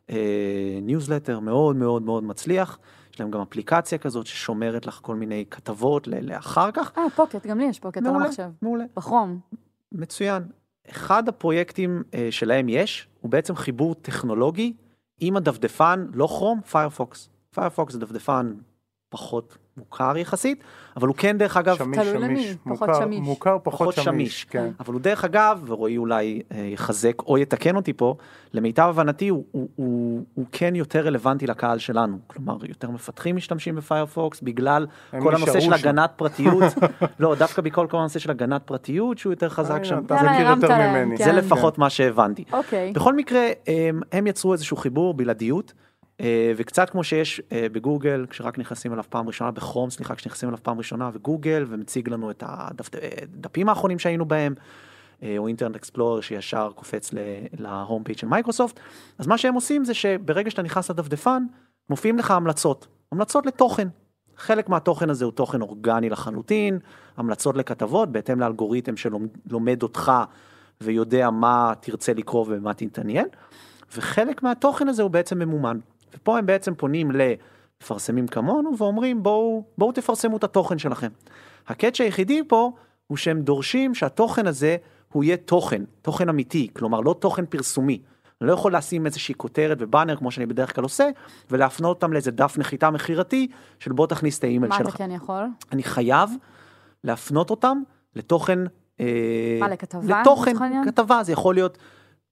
ניוזלטר מאוד מאוד מאוד מצליח, יש להם גם אפליקציה כזאת ששומרת לך כל מיני כתבות לאחר כך. אה, פוקט, גם לי יש פוקט על המחשב. מעולה. בכרום. מצוין. אחד הפרויקטים שלהם יש, הוא בעצם חיבור טכנולוגי עם הדפדפן, לא כרום, פיירפוקס. פיירפוקס זה דפדפן פחות מוכר יחסית, אבל הוא כן דרך אגב, שמיש, שמיש, מוכר, מוכר פחות שמיש, כן. אבל הוא דרך אגב, ורואי אולי יחזק או יתקן אותי פה, למיטב הבנתי הוא, הוא, הוא, הוא כן יותר רלוונטי לקהל שלנו, כלומר יותר מפתחים משתמשים בפיירפוקס, בגלל כל הנושא של הגנת פרטיות, לא, דווקא בכל כל הנושא של הגנת פרטיות, שהוא יותר חזק שם. אתה מכיר יותר ממני. זה לפחות מה שהבנתי. בכל מקרה, הם יצרו איזשהו חיבור בלעדיות, וקצת כמו שיש בגוגל, כשרק נכנסים אליו פעם ראשונה, בכרום, סליחה, כשנכנסים אליו פעם ראשונה, וגוגל, ומציג לנו את הדפים האחרונים שהיינו בהם, או אינטרנט אקספלורר שישר קופץ להום פייג' של מייקרוסופט, אז מה שהם עושים זה שברגע שאתה נכנס לדפדפן, מופיעים לך המלצות, המלצות לתוכן. חלק מהתוכן הזה הוא תוכן אורגני לחלוטין, המלצות לכתבות, בהתאם לאלגוריתם שלומד אותך, ויודע מה תרצה לקרוא ומה תתעניין, וחלק מהתוכן הזה הוא בעצם ממומן. ופה הם בעצם פונים לפרסמים כמונו, ואומרים בואו, בואו תפרסמו את התוכן שלכם. הקאץ' היחידי פה, הוא שהם דורשים שהתוכן הזה, הוא יהיה תוכן, תוכן אמיתי, כלומר לא תוכן פרסומי. אני לא יכול לשים איזושהי כותרת ובאנר, כמו שאני בדרך כלל עושה, ולהפנות אותם לאיזה דף נחיתה מחירתי, של בוא תכניס את האימייל שלך. מה אתה כן יכול? אני חייב להפנות אותם לתוכן, מה, לכתבה? לתוכן, כתבה, זה יכול להיות,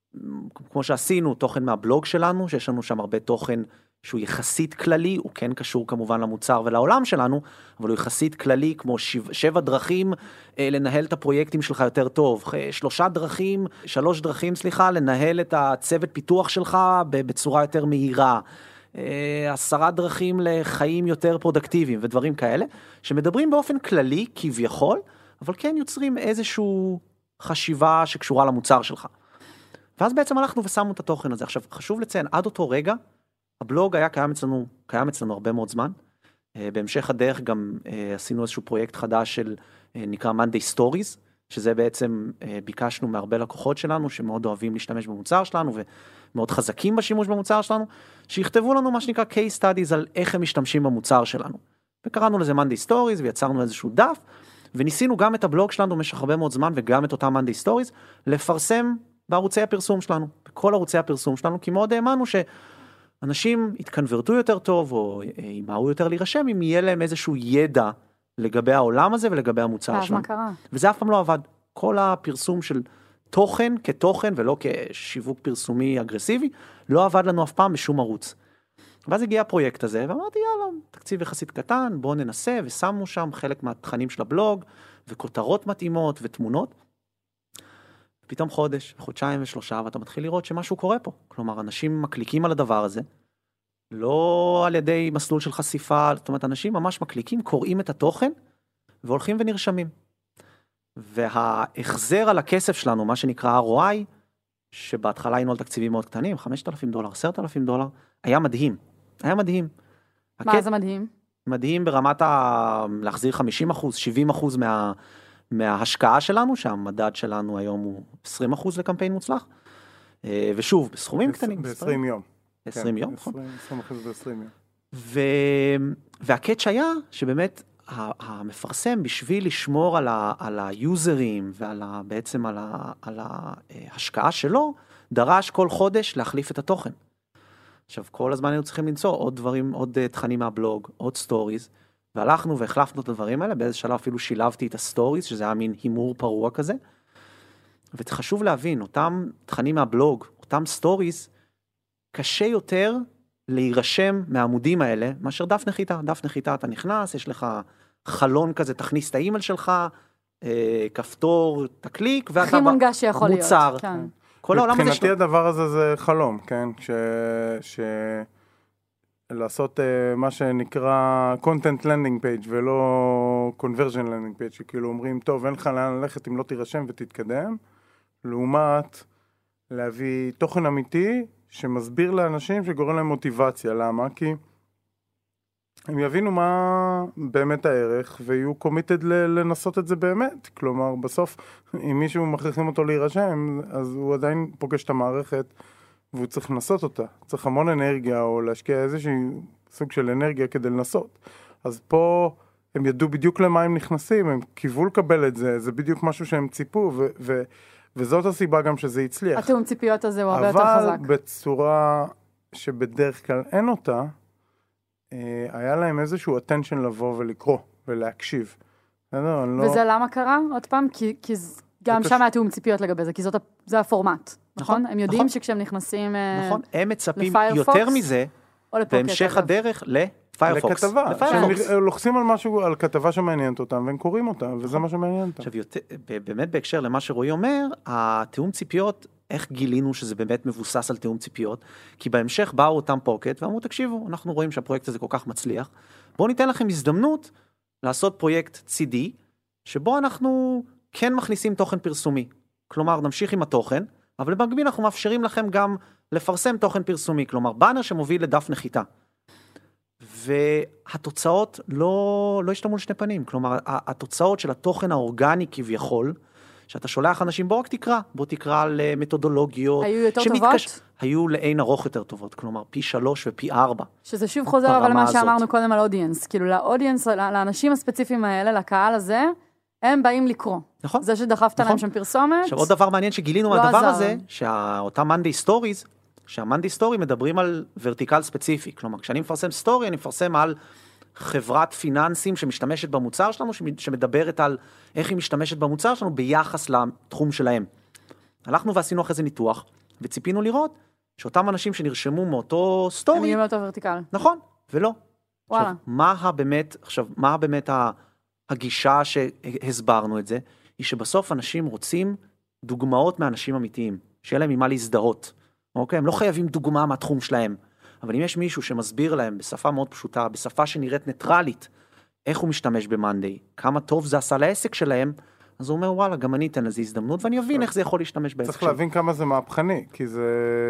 כמו שעשינו, תוכן מהבלוג שלנו, שיש לנו שם הרבה תוכן שהוא יחסית כללי, הוא כן קשור כמובן למוצר ולעולם שלנו, אבל הוא יחסית כללי, כמו שבע, שבע דרכים אה, לנהל את הפרויקטים שלך יותר טוב, שלושה דרכים, שלוש דרכים, סליחה, לנהל את הצוות פיתוח שלך בצורה יותר מהירה, אה, עשרה דרכים לחיים יותר פרודקטיביים ודברים כאלה, שמדברים באופן כללי כביכול, אבל כן יוצרים איזשהו חשיבה שקשורה למוצר שלך. ואז בעצם הלכנו ושמו את התוכן הזה. עכשיו, חשוב לציין, עד אותו רגע, הבלוג היה קיים אצלנו, קיים אצלנו הרבה מאוד זמן. בהמשך הדרך גם עשינו איזשהו פרויקט חדש של, נקרא Monday Stories, שזה בעצם ביקשנו מהרבה לקוחות שלנו, שמאוד אוהבים להשתמש במוצר שלנו, ומאוד חזקים בשימוש במוצר שלנו, שיכתבו לנו מה שנקרא case studies על איך הם משתמשים במוצר שלנו. וקראנו לזה Monday Stories, ויצרנו איזשהו דף, וניסינו גם את הבלוג שלנו במשך הרבה מאוד זמן, וגם את אותם Monday Stories, לפרסם בערוצי הפרסום שלנו, בכל ערוצי הפרסום שלנו, כי מאוד האמנו שאנשים יתקנברטו יותר טוב, או ימהרו יותר להירשם, אם יהיה להם איזשהו ידע לגבי העולם הזה ולגבי המוצר שלנו. מה קרה? וזה אף פעם לא עבד. כל הפרסום של תוכן כתוכן, ולא כשיווק פרסומי אגרסיבי, לא עבד לנו אף פעם בשום ערוץ. ואז הגיע הפרויקט הזה, ואמרתי, יאללה, תקציב יחסית קטן, בואו ננסה, ושמנו שם חלק מהתכנים של הבלוג, וכותרות מתאימות ותמונות. פתאום חודש, חודשיים ושלושה, ואתה מתחיל לראות שמשהו קורה פה. כלומר, אנשים מקליקים על הדבר הזה, לא על ידי מסלול של חשיפה, זאת אומרת, אנשים ממש מקליקים, קוראים את התוכן, והולכים ונרשמים. וההחזר על הכסף שלנו, מה שנקרא אר או איי, שבהתחלה היינו על תקציבים מאוד קטנים, חמשת אלפים דולר, עשרת אלפים דולר, היה מדהים. היה מדהים. מה הקט... זה מדהים? מדהים ברמת ה... להחזיר חמישים אחוז, שבעים אחוז מה... מההשקעה שלנו, שהמדד שלנו היום הוא עשרים אחוז לקמפיין מוצלח, ושוב, בסכומים קטנים. ב-עשרים יום. עשרים יום, נכון? עשרים אחוז ב-עשרים יום. והקאץ' היה שבאמת המפרסם, בשביל לשמור על היוזרים, ובעצם על ההשקעה שלו, דרש כל חודש להחליף את התוכן. עכשיו, כל הזמן היינו צריכים למצוא עוד דברים, עוד תכנים מהבלוג, עוד סטוריז, והלכנו והחלפנו את הדברים האלה, באיזה שלב אפילו שילבתי את הסטוריז, שזה היה מין הימור פרוע כזה, וחשוב להבין, אותם תכנים מהבלוג, אותם סטוריז, קשה יותר להירשם מהעמודים האלה, מאשר דף נחיתה. דף נחיתה אתה נכנס, יש לך חלון כזה, תכניס את האימייל שלך, אה, כפתור, תקליק, ואתה הכי מונגש שיכול מוצר. להיות. כן. כל העולם הזה מבחינתי הדבר הזה זה חלום, כן? ש... ש... לעשות uh, מה שנקרא content landing page ולא conversion landing page, שכאילו אומרים, טוב, אין לך לאן ללכת אם לא תירשם ותתקדם, לעומת להביא תוכן אמיתי שמסביר לאנשים שגורם להם מוטיבציה. למה? כי הם יבינו מה באמת הערך ויהיו committed לנסות את זה באמת. כלומר, בסוף, אם מישהו מכריחים אותו להירשם, אז הוא עדיין פוגש את המערכת והוא צריך לנסות אותה. צריך המון אנרגיה או להשקיע איזושהי סוג של אנרגיה כדי לנסות. אז פה הם ידעו בדיוק למה הם נכנסים, הם קיוו לקבל את זה, זה בדיוק משהו שהם ציפו, ו- ו- וזאת הסיבה גם שזה הצליח. התיאום ציפיות הזה הוא הרבה יותר חזק. אבל בצורה שבדרך כלל אין אותה, היה להם איזשהו attention לבוא ולקרוא ולהקשיב. וזה למה קרה? עוד פעם, כי, כי גם שם היה תיאום ציפיות לגבי זה, כי זאת, זה הפורמט, נכון? הם יודעים שכשהם נכנסים נכון, הם מצפים יותר מזה, בהמשך הדרך לפיירפוקס. לכתבה, שהם לוחצים על משהו, על כתבה שמעניינת אותם, והם קוראים אותם, וזה מה שמעניין אותם. עכשיו, באמת בהקשר למה שרועי אומר, התיאום ציפיות, איך גילינו שזה באמת מבוסס על תיאום ציפיות? כי בהמשך באו אותם פוקט ואמרו, תקשיבו, אנחנו רואים שהפרויקט הזה כל כך מצליח, בואו ניתן לכם הזדמנות לעשות פרויקט צי די, שבו אנחנו כן מכניסים תוכן פרסומי. כלומר, נמשיך עם התוכן, אבל במקביל אנחנו מאפשרים לכם גם לפרסם תוכן פרסומי, כלומר, באנר שמוביל לדף נחיתה. והתוצאות לא, לא השתלמו לשני פנים, כלומר, התוצאות של התוכן האורגני כביכול, שאתה שולח אנשים, בוא רק תקרא, בוא תקרא על מתודולוגיות. היו יותר שמתקש... טובות? היו לאין ארוך יותר טובות, כלומר, פי שלוש ופי ארבע. שזה שוב חוזר אבל מה שאמרנו קודם על אודיאנס, כאילו לאודיאנס, לאנשים הספציפיים האלה, לקהל הזה, הם באים לקרוא. נכון. זה שדחפת נכון. להם שם פרסומת. עכשיו, עוד דבר מעניין שגילינו לא מהדבר עזר. הזה, שאותה מנדי סטוריז, שהמנדי סטורי מדברים על ורטיקל ספציפי, כלומר, כשאני מפרסם סטורי, אני מפרסם על חברת פיננסים שמשתמשת במוצר שלנו, שמדברת על איך היא משתמשת במוצר שלנו ביחס לתחום שלהם. הלכנו ועשינו אחרי זה ניתוח, וציפינו לראות שאותם אנשים שנרשמו מאותו סטורי... הם יהיו מאותו ורטיקל. נכון, ולא. וואלה. עכשיו, מה הבאמת, עכשיו, מה באמת הגישה שהסברנו את זה? היא שבסוף אנשים רוצים דוגמאות מאנשים אמיתיים, שיהיה להם ממה להזדהות. אוקיי? הם לא חייבים דוגמה מהתחום שלהם. אבל אם יש מישהו שמסביר להם בשפה מאוד פשוטה, בשפה שנראית ניטרלית, איך הוא משתמש במנדי, כמה טוב זה עשה לעסק שלהם, אז הוא אומר, וואלה, גם אני אתן לזה הזדמנות, ואני אבין איך זה יכול להשתמש בעסק צריך להבין כמה זה מהפכני, כי זה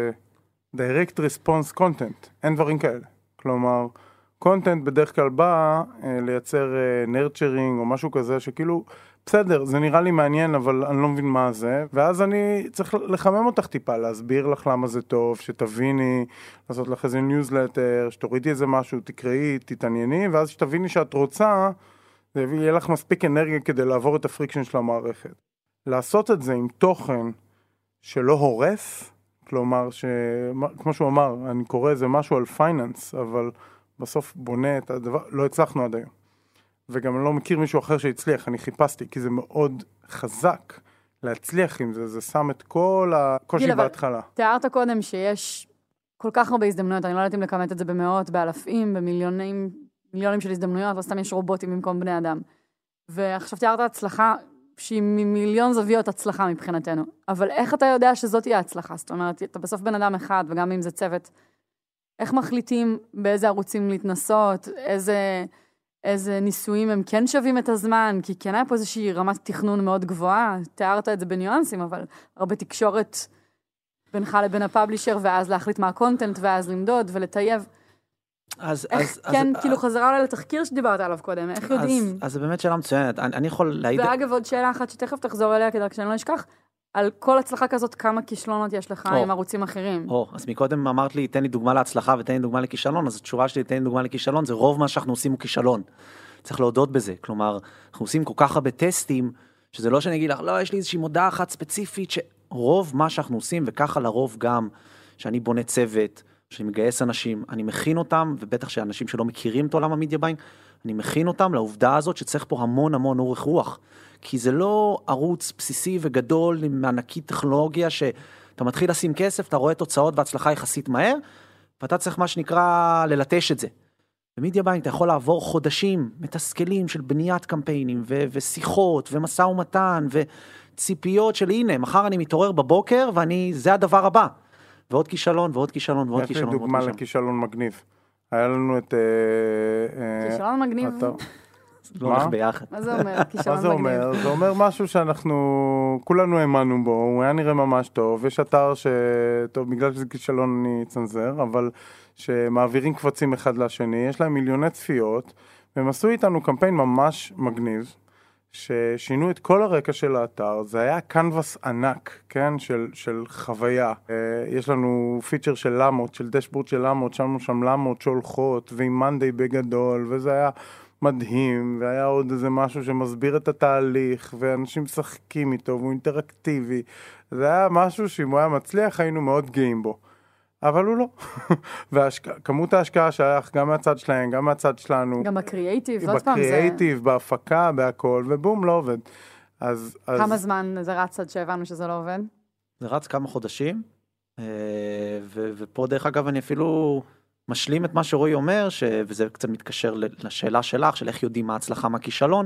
direct response content, אין דברים כאלה. כלומר, content בדרך כלל בא לייצר nurturing או משהו כזה, שכאילו, בסדר, זה נראה לי מעניין, אבל אני לא מבין מה זה, ואז אני צריך לחמם אותך טיפה, להסביר לך למה זה טוב, שתביני, לעשות לך איזה ניוזלטר, שתורידי איזה משהו, תקראי, תתענייני, ואז שתביני שאת רוצה, זה יהיה לך מספיק אנרגיה כדי לעבור את הפריקשן של המערכת. לעשות את זה עם תוכן שלא הורס, כלומר, ש... כמו שהוא אמר, אני קורא איזה משהו על פייננס, אבל בסוף בונה את הדבר, לא הצלחנו עד היום. וגם אני לא מכיר מישהו אחר שהצליח, אני חיפשתי, כי זה מאוד חזק להצליח עם זה, זה שם את כל הקושי בהתחלה. תיארת קודם שיש כל כך הרבה הזדמנויות, אני לא יודעת אם לכמת את זה במאות, באלפים, במיליונים, מיליונים של הזדמנויות, או סתם יש רובוטים במקום בני אדם. ועכשיו תיארת הצלחה, שהיא ממיליון זוויות הצלחה מבחינתנו. אבל איך אתה יודע שזאת תהיה הצלחה? זאת אומרת, אתה בסוף בן אדם אחד, וגם אם זה צוות, איך מחליטים באיזה ערוצים להתנסות, איזה... איזה ניסויים הם כן שווים את הזמן, כי כן היה פה איזושהי רמת תכנון מאוד גבוהה, תיארת את זה בניואנסים, אבל הרבה תקשורת בינך לבין הפאבלישר, ואז להחליט מה הקונטנט, ואז למדוד ולטייב. אז, איך אז, כן, אז, כאילו אז, חזרה עליי לתחקיר שדיברת עליו קודם, איך יודעים? אז, אז זה באמת שאלה מצוינת, אני, אני יכול להעיד... ואגב, עוד שאלה אחת שתכף תחזור אליה, כדי שאני לא אשכח, על כל הצלחה כזאת, כמה כישלונות יש לך או, עם ערוצים אחרים. או, אז מקודם אמרת לי, תן לי דוגמה להצלחה ותן לי דוגמה לכישלון, אז התשובה שלי, תן לי דוגמה לכישלון, זה רוב מה שאנחנו עושים הוא כישלון. צריך להודות בזה, כלומר, אנחנו עושים כל כך הרבה טסטים, שזה לא שאני אגיד לך, לא, יש לי איזושהי מודעה אחת ספציפית, שרוב מה שאנחנו עושים, וככה לרוב גם, שאני בונה צוות, שאני מגייס אנשים, אני מכין אותם, ובטח שאנשים שלא מכירים את עולם המדיה ביינג, אני מכין אותם לעובדה הזאת, שצריך פה המון המון אורך רוח, כי זה לא ערוץ בסיסי וגדול, עם ענקית טכנולוגיה, שאתה מתחיל לשים כסף, אתה רואה תוצאות והצלחה יחסית מהר, ואתה צריך מה שנקרא ללטש את זה. במדיה ביינג אתה יכול לעבור חודשים מתסכלים של בניית קמפיינים ו- ושיחות ומשא ומתן ציפיות של הנה, מחר אני מתעורר בבוקר, ואני, זה הדבר הבא. ועוד כישלון, ועוד כישלון, ועוד כישלון. יש לי דוגמה לכישלון מגניב. היה לנו את... כישלון מגניב? לא הולך ביחד. מה זה אומר? כישלון מגניב. מה זה אומר? זה אומר משהו שאנחנו, כולנו האמנו בו, הוא היה נראה ממש טוב, יש אתר ש... טוב, בגלל שזה כישלון אני אצנזר, אבל שמעבירים קבצים אחד לשני, יש להם מיליוני צפיות, והם עשו איתנו קמפיין ממש מגניב, ששינו את כל הרקע של האתר, זה היה קנבס ענק, כן, של, של חוויה. יש לנו פיצ'ר של למות, של דשבורד של למות, שמנו שם למות שהולכות, ועם מנדי בגדול, וזה היה מדהים, והיה עוד איזה משהו שמסביר את התהליך, ואנשים משחקים איתו, והוא אינטראקטיבי. זה היה משהו שאם הוא היה מצליח, היינו מאוד גאים בו. אבל הוא לא. וכמות ההשקעה שהיה גם מהצד שלהם, גם מהצד שלנו. גם בקריאייטיב, עוד פעם זה... בקריאייטיב, בהפקה, בהכל, ובום, לא עובד. אז... כמה זמן זה רץ עד שהבנו שזה לא עובד? זה רץ כמה חודשים, ופה דרך אגב אני אפילו משלים את מה שרועי אומר, וזה קצת מתקשר לשאלה שלך, של איך יודעים מה הצלחה, מה כישלון.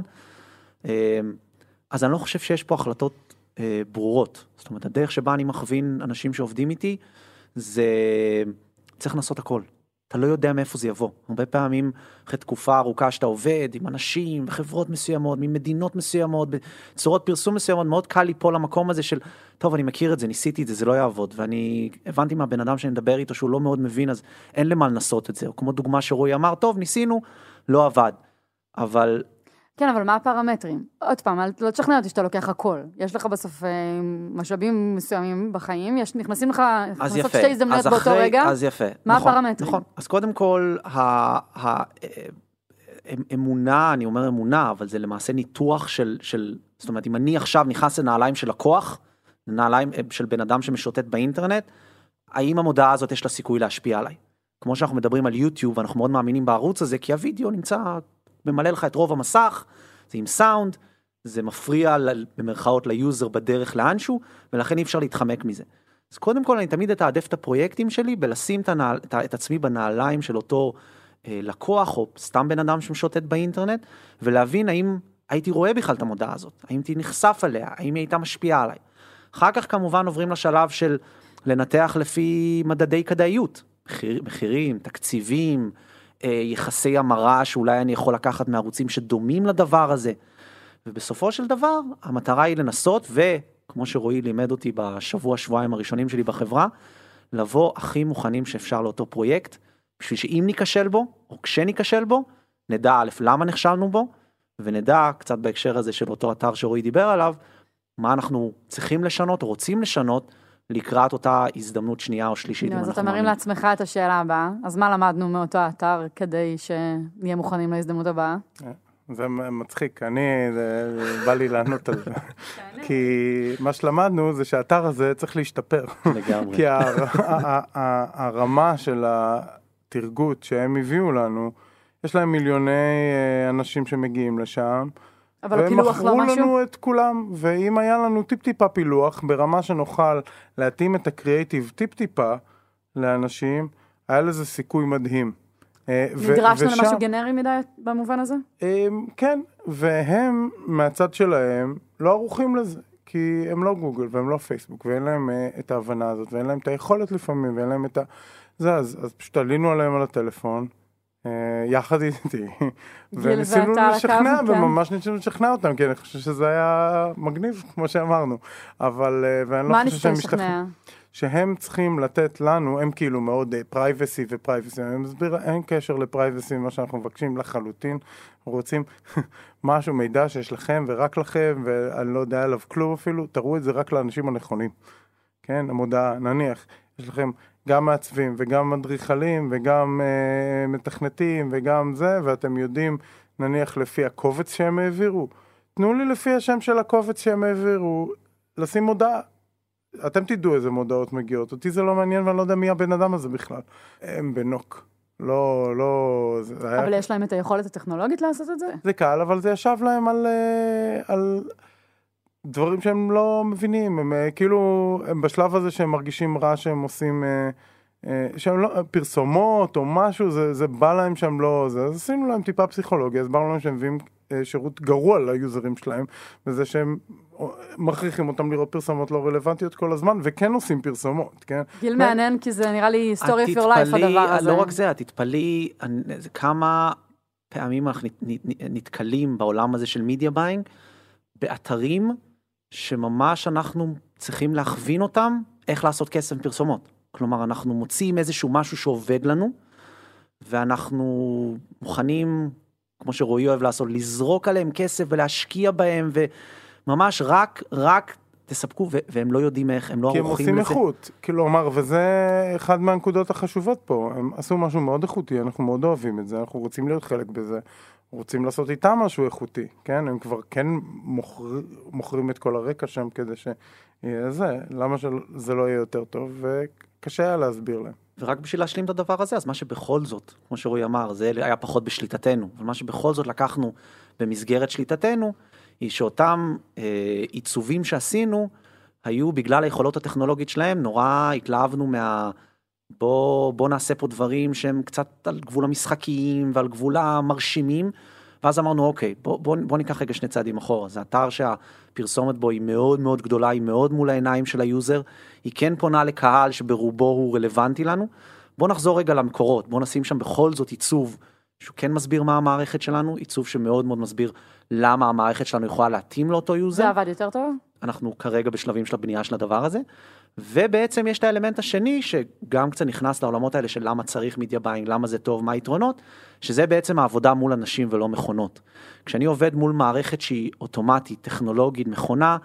אז אני לא חושב שיש פה החלטות ברורות. זאת אומרת, הדרך שבה אני מכווין אנשים שעובדים איתי, זה צריך לנסות הכל. אתה לא יודע מאיפה זה יבוא. הרבה פעמים אחרי תקופה ארוכה שאתה עובד עם אנשים, בחברות מסוימות, ממדינות מסוימות, בצורות פרסום מסוימות, מאוד קל ליפול למקום הזה של, טוב, אני מכיר את זה, ניסיתי את זה, זה לא יעבוד. ואני הבנתי מהבן אדם שאני מדבר איתו שהוא לא מאוד מבין, אז אין למה לנסות את זה. או כמו דוגמה שרועי אמר, טוב, ניסינו, לא עבד. אבל... כן, אבל מה הפרמטרים? עוד פעם, לא תשכנע אותי שאתה לוקח הכל. יש לך בסוף משאבים מסוימים בחיים, יש, נכנסים לך, נכנסות שתי הזדמנויות באותו רגע. אז יפה. מה הפרמטרים? נכון. אז קודם כל, האמונה, אני אומר אמונה, אבל זה למעשה ניתוח של, של, זאת אומרת, אם אני עכשיו נכנס לנעליים של לקוח, לנעליים של בן אדם שמשוטט באינטרנט, האם המודעה הזאת יש לה סיכוי להשפיע עליי? כמו שאנחנו מדברים על יוטיוב, ואנחנו מאוד מאמינים בערוץ הזה, כי הוידאו נמצא ממלא לך את רוב המסך, זה עם סאונד, זה מפריע במרכאות ליוזר בדרך לאנשהו, ולכן אי אפשר להתחמק מזה. אז קודם כל אני תמיד אתעדף את הפרויקטים שלי, בלשים את, הנעל, את עצמי בנעליים של אותו אה, לקוח, או סתם בן אדם שמשוטט באינטרנט, ולהבין האם הייתי רואה בכלל את המודעה הזאת, האם הייתי נחשף עליה, האם היא הייתה משפיעה עליי. אחר כך כמובן עוברים לשלב של לנתח לפי מדדי כדאיות, מחיר, מחירים, תקציבים, יחסי המרה שאולי אני יכול לקחת מערוצים שדומים לדבר הזה. ובסופו של דבר, המטרה היא לנסות, וכמו שרועי לימד אותי בשבוע, שבועיים הראשונים שלי בחברה, לבוא הכי מוכנים שאפשר לאותו פרויקט, בשביל שאם ניקשל בו, או כשניקשל בו, נדע א', למה נכשלנו בו, ונדע קצת בהקשר הזה של אותו אתר שרועי דיבר עליו, מה אנחנו צריכים לשנות, או רוצים לשנות, לקראת אותה הזדמנות שנייה או שלישית. אז אתה מרים לעצמך את השאלה הבאה, אז מה למדנו מאותו האתר כדי שנהיה מוכנים להזדמנות הבאה? זה מצחיק, אני, בא לי לענות על זה. כי מה שלמדנו זה שהאתר הזה צריך להשתפר. לגמרי. כי הרמה של התרגות שהם הביאו לנו, יש להם מיליוני אנשים שמגיעים לשם, אבל הפילוח לא משהו? והם מכרו לנו את כולם, ואם היה לנו טיפ-טיפה פילוח, ברמה שנוכל להתאים את הקריאייטיב טיפ-טיפה לאנשים, היה לזה סיכוי מדהים. נדרשנו למשהו גנרי מדי במובן הזה? כן, והם מהצד שלהם לא ערוכים לזה, כי הם לא גוגל והם לא פייסבוק, ואין להם את ההבנה הזאת, ואין להם את היכולת לפעמים, ואין להם את ה... זה, אז, אז פשוט עלינו עליהם על הטלפון, יחד איתי, וניסינו לשכנע, וממש ניסינו לשכנע אותם, כי אני חושב שזה היה מגניב, כמו שאמרנו, אבל, ואני לא חושב שהם משתכנע. שהם צריכים לתת לנו, הם כאילו מאוד פרייבסי ופרייבסי, אני מסביר, אין קשר לפרייבסי, מה שאנחנו מבקשים לחלוטין, רוצים משהו, מידע שיש לכם ורק לכם, ואני לא יודע עליו כלום אפילו, תראו את זה רק לאנשים הנכונים, כן, המודעה, נניח, יש לכם גם מעצבים וגם מדריכלים וגם אה, מתכנתים וגם זה, ואתם יודעים, נניח לפי הקובץ שהם העבירו, תנו לי לפי השם של הקובץ שהם העבירו, לשים מודעה, אתם תדעו איזה מודעות מגיעות, אותי זה לא מעניין ואני לא יודע מי הבן אדם הזה בכלל. הם בנוק. לא, לא... אבל היה... יש להם את היכולת הטכנולוגית לעשות את זה? זה קל, אבל זה ישב להם על, על דברים שהם לא מבינים. הם כאילו, הם בשלב הזה שהם מרגישים רע שהם עושים שהם לא, פרסומות או משהו, זה, זה בא להם שהם לא, זה, אז עשינו להם טיפה פסיכולוגיה, אז באנו להם שהם מביאים שירות גרוע ליוזרים שלהם, וזה שהם מכריחים אותם לראות פרסומות לא רלוונטיות כל הזמן, וכן עושים פרסומות, כן? גיל מעניין, כי זה נראה לי story for life הדבר הזה. לא רק זה, את תתפלאי, כמה פעמים אנחנו נתקלים בעולם הזה של מידיה ביינג, באתרים שממש אנחנו צריכים להכווין אותם, איך לעשות כסף פרסומות. כלומר, אנחנו מוצאים איזשהו משהו שעובד לנו, ואנחנו מוכנים, כמו שרועי אוהב לעשות, לזרוק עליהם כסף ולהשקיע בהם, וממש רק, רק תספקו, והם לא יודעים איך, הם לא ערוכים לזה. כי הם עושים איכות, כלומר, וזה אחד מהנקודות החשובות פה, הם עשו משהו מאוד איכותי, אנחנו מאוד אוהבים את זה, אנחנו רוצים להיות חלק בזה, רוצים לעשות איתם משהו איכותי, כן? הם כבר כן מוכר, מוכרים את כל הרקע שם כדי שיהיה זה, למה שזה לא יהיה יותר טוב, וקשה היה להסביר להם. ורק בשביל להשלים את הדבר הזה, אז מה שבכל זאת, כמו שרועי אמר, זה היה פחות בשליטתנו, אבל מה שבכל זאת לקחנו במסגרת שליטתנו, היא שאותם אה, עיצובים שעשינו, היו בגלל היכולות הטכנולוגית שלהם, נורא התלהבנו מה... בוא, בוא נעשה פה דברים שהם קצת על גבול המשחקיים ועל גבול המרשימים, ואז אמרנו, אוקיי, בוא, בוא, בוא ניקח רגע שני צעדים אחורה. זה אתר שהפרסומת בו היא מאוד מאוד גדולה, היא מאוד מול העיניים של היוזר, היא כן פונה לקהל שברובו הוא רלוונטי לנו. בוא נחזור רגע למקורות, בוא נשים שם בכל זאת עיצוב, שהוא כן מסביר מה המערכת שלנו, עיצוב שמאוד מאוד מסביר למה המערכת שלנו יכולה להתאים לאותו יוזר. זה עבד יותר טוב? אנחנו כרגע בשלבים של הבנייה של הדבר הזה, ובעצם יש את האלמנט השני, שגם קצת נכנס לעולמות האלה של למה צריך מידיה ביינג, למה זה טוב, מה היתרונות, שזה בעצם העבודה מול אנשים ולא מכונות. כשאני עובד מול מערכת שהיא אוטומטית, טכנולוגית, מכונה,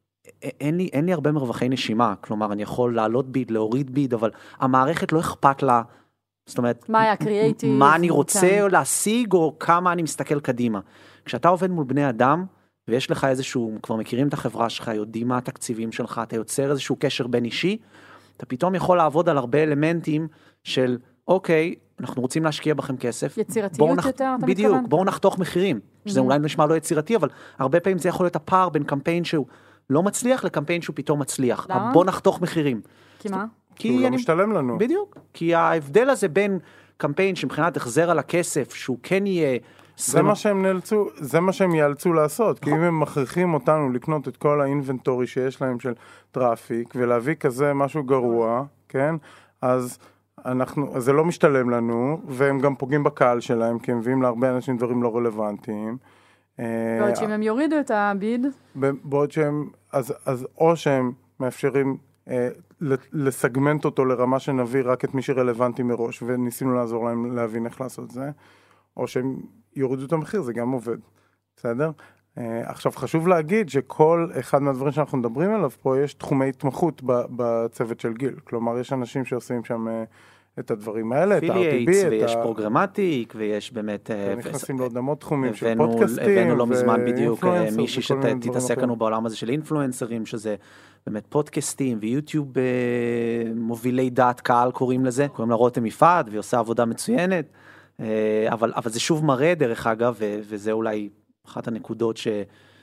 אין לי, אין לי הרבה מרווחי נשימה, כלומר אני יכול לעלות ביד, להוריד ביד, אבל המערכת לא אכפת לה, זאת אומרת, מה היה קריאייטיב, מה אני רוצה להשיג, או כמה אני מסתכל קדימה. כשאתה עובד מול בני אדם, ויש לך איזשהו, כבר מכירים את החברה שלך, יודעים מה התקציבים שלך, אתה יוצר איזשהו קשר בין אישי, אתה פתאום יכול לעבוד על הרבה אלמנטים של, אוקיי, אנחנו רוצים להשקיע בכם כסף. יצירתיות נח... יותר, אתה מתכוון? בדיוק, בואו נחתוך מחירים, שזה mm-hmm. אולי נשמע לא יצירתי, אבל הרבה פעמים זה יכול להיות הפער בין קמפיין שהוא לא מצליח, לקמפיין שהוא פתאום מצליח. למה? בואו נחתוך מחירים. כי מה? כי הוא לא אני... משתלם לנו. בדיוק, כי ההבדל הזה בין קמפיין שמבחינת החזר על הכסף, שהוא כן יהיה... זה מה שהם נאלצו, זה מה שהם יאלצו לעשות, כי אם הם מכריחים אותנו לקנות את כל האינבנטורי שיש להם של טראפיק, ולהביא כזה משהו גרוע, כן? אז אנחנו, אז זה לא משתלם לנו, והם גם פוגעים בקהל שלהם, כי הם מביאים להרבה אנשים דברים לא רלוונטיים. בעוד שאם הם יורידו את הביד? בעוד שהם, אז, אז או שהם מאפשרים לסגמנט אותו לרמה שנביא רק את מי שרלוונטי מראש, וניסינו לעזור להם להבין איך לעשות זה, או שהם יורידו את המחיר, זה גם עובד, בסדר? Uh, עכשיו חשוב להגיד שכל אחד מהדברים שאנחנו מדברים עליו פה, יש תחומי התמחות בצוות של גיל, כלומר יש אנשים שעושים שם uh, את הדברים האלה, את ה-אר טי בי, ויש פרוגרמטיק, ויש באמת... נכנסים לעוד המון תחומים של פודקאסטים, הבאנו לא מזמן בדיוק מישהי שתתעסק לנו בעולם הזה של אינפלואנסרים, שזה באמת פודקאסטים ויוטיוב מובילי דעת קהל קוראים לזה, קוראים לה רותם יפעת, והיא עושה עבודה מצוינת, אבל, אבל זה שוב מראה דרך אגב, וזה אולי אחת הנקודות ש,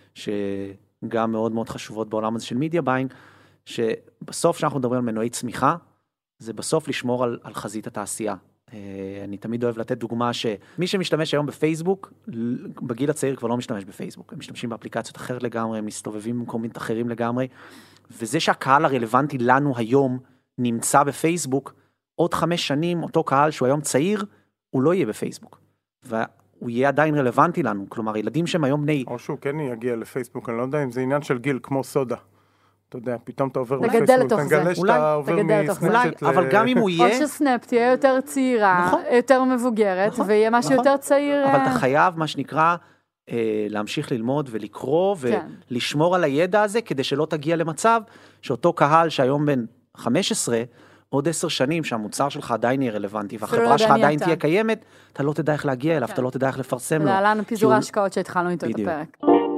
שגם מאוד מאוד חשובות בעולם הזה של מידיה ביינג, שבסוף שאנחנו מדברים על מנועי צמיחה, זה בסוף לשמור על, על חזית התעשייה. אני תמיד אוהב לתת דוגמה שמי שמשתמש היום בפייסבוק, בגיל הצעיר כבר לא משתמש בפייסבוק, הם משתמשים באפליקציות אחרת לגמרי, הם מסתובבים במקומות אחרים לגמרי, וזה שהקהל הרלוונטי לנו היום נמצא בפייסבוק, עוד חמש שנים אותו קהל שהוא היום צעיר, הוא לא יהיה בפייסבוק, והוא יהיה עדיין רלוונטי לנו, כלומר ילדים שהם היום בני... או שהוא כן יגיע לפייסבוק, אני לא יודע אם זה עניין של גיל כמו סודה. אתה יודע, פתאום אתה עובר לפייסבוק, אתה מגלה שאתה עובר מסנאפצ'אט ל... אבל גם אם הוא יהיה... או שסנאפ תהיה יותר צעירה, יותר מבוגרת, ויהיה משהו יותר צעיר... אבל אתה חייב, מה שנקרא, להמשיך ללמוד ולקרוא, ולשמור על הידע הזה, כדי שלא תגיע למצב שאותו קהל שהיום בן חמש עשרה, עוד עשר שנים שהמוצר שלך עדיין יהיה רלוונטי, והחברה שלך עדיין תהיה קיימת, אתה לא תדע איך להגיע אליו, אתה לא תדע איך לפרסם לו. להלן פיזור ההשקעות שהתחלנו איתו את הפרק.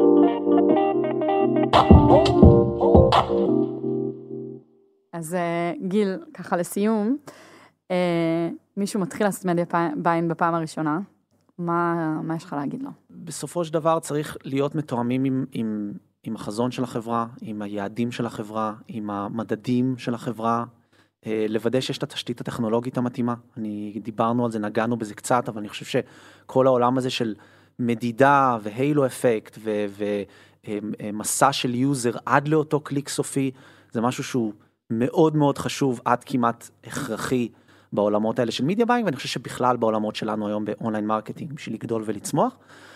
אז גיל, ככה לסיום, מישהו מתחיל לעשות מדיה ביינג בפעם הראשונה, מה, מה יש לך להגיד לו? בסופו של דבר צריך להיות מתואמים עם, עם, עם החזון של החברה, עם היעדים של החברה, עם המדדים של החברה, לוודא שיש את התשתית הטכנולוגית המתאימה. אני דיברנו על זה, נגענו בזה קצת, אבל אני חושב שכל העולם הזה של מדידה והיילו אפקט ומסע של יוזר עד לאותו קליק סופי, זה משהו שהוא מאוד מאוד חשוב, עד כמעט הכרחי בעולמות האלה של מידיה ביינג, ואני חושב שבכלל בעולמות שלנו היום באונליין מרקטינג, בשביל לגדול ולצמוח.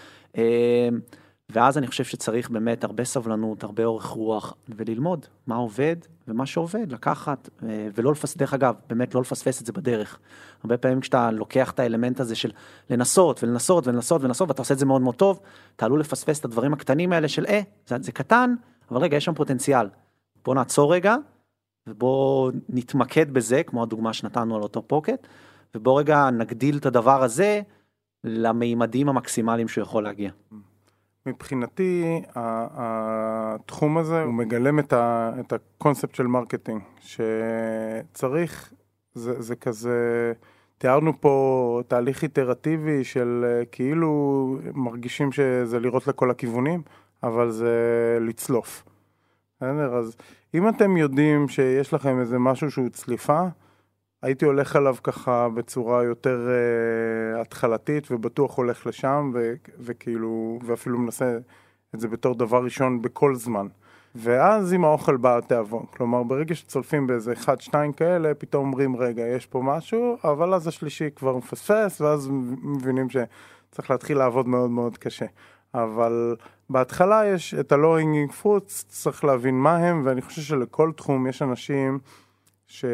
ואז אני חושב שצריך באמת הרבה סבלנות, הרבה אורך רוח, וללמוד מה עובד ומה שעובד, לקחת, ולא לפספס, דרך אגב, באמת לא לפספס את זה בדרך. הרבה פעמים כשאתה לוקח את האלמנט הזה של לנסות ולנסות ולנסות ולנסות, ואתה עושה את זה מאוד מאוד טוב, אתה עלול לפספס את הדברים הקטנים האלה של, אה, זה, זה קטן, אבל רגע, יש שם פוטנציאל. בוא נעצור רגע, ובוא נתמקד בזה, כמו הדוגמה שנתנו על אותו פוקט, ובוא רגע נגדיל את הדבר הזה למימדים המקסימליים שהוא יכול להגיע. מבחינתי, התחום הזה הוא מגלם את הקונספט של מרקטינג, שצריך, זה, זה כזה, תיארנו פה תהליך איטרטיבי של כאילו מרגישים שזה לראות לכל הכיוונים, אבל זה לצלוף. אז אם אתם יודעים שיש לכם איזה משהו שהוא צליפה, הייתי הולך עליו ככה בצורה יותר uh, התחלתית, ובטוח הולך לשם, ו- וכאילו, ואפילו מנסה את זה בתור דבר ראשון בכל זמן. ואז עם האוכל בא התיאבון. כלומר, ברגע שצולפים באיזה אחד, שתיים כאלה, פתאום אומרים, רגע, יש פה משהו, אבל אז השלישי כבר מפספס, ואז מבינים שצריך להתחיל לעבוד מאוד מאוד קשה. אבל בהתחלה יש את ה-low-hanging fruits, צריך להבין מה הם, ואני חושב שלכל תחום יש אנשים ש...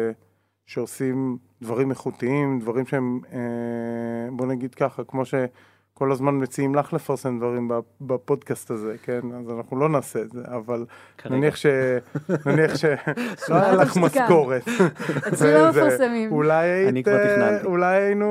שעושים דברים איכותיים, דברים שהם, אה, בוא נגיד ככה, כמו שכל הזמן מציעים לך לפרסם דברים בפודקאסט הזה, כן? אז אנחנו לא נעשה את זה, אבל נניח ש... נניח ש... לא היה לך משכורת. אצלי לא מפרסמים. אולי היינו,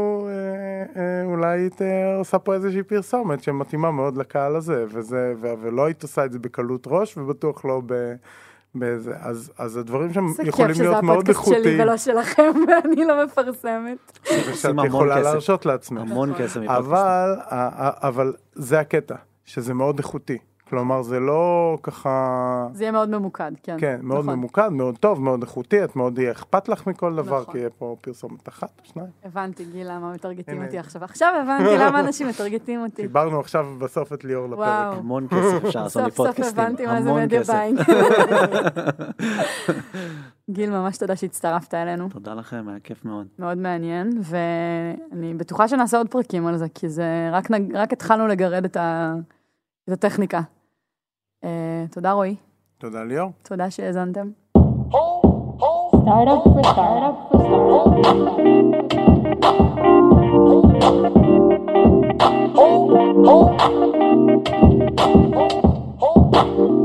אולי היית עושה פה איזושהי פרסומת שמתאימה מאוד לקהל הזה, וזה, ולא היית עושה את זה בקלות ראש, ובטוח לא ב... באיזה, אז, אז הדברים שם יכולים להיות מאוד איכותיים. זה כיף שזה הפודקאסט שלי ולא שלכם, ואני לא מפרסמת. ושאת יכולה להרשות לעצמך. המון כסף מפודקאסט. אבל, אבל זה הקטע, שזה מאוד איכותי. כלומר, זה לא ככה... זה יהיה מאוד ממוקד, כן. כן, מאוד נכון. ממוקד, מאוד טוב, מאוד איכותי, את מאוד יהיה אכפת לך מכל דבר, נכון. כי יהיה פה פרסומת אחת או שניים. הבנתי, גיל, למה מטרגטים אותי עכשיו. עכשיו הבנתי למה אנשים מטרגטים אותי. דיברנו עכשיו בסוף את ליאור לפרק. וואו. המון כסף אפשר לעשות מפודקאסטים. סוף סוף הבנתי מה זה מדיה ביינג. גיל, ממש תודה שהצטרפת אלינו. תודה לכם, היה כיף מאוד. מאוד מעניין, ואני בטוחה שנעשה עוד פרקים על זה, כי זה רק, רק התחלנו לגרד את, ה... את הטכניקה. Uh, תודה רועי. תודה ליאור. תודה שהאזנתם. Startup for startup for startup.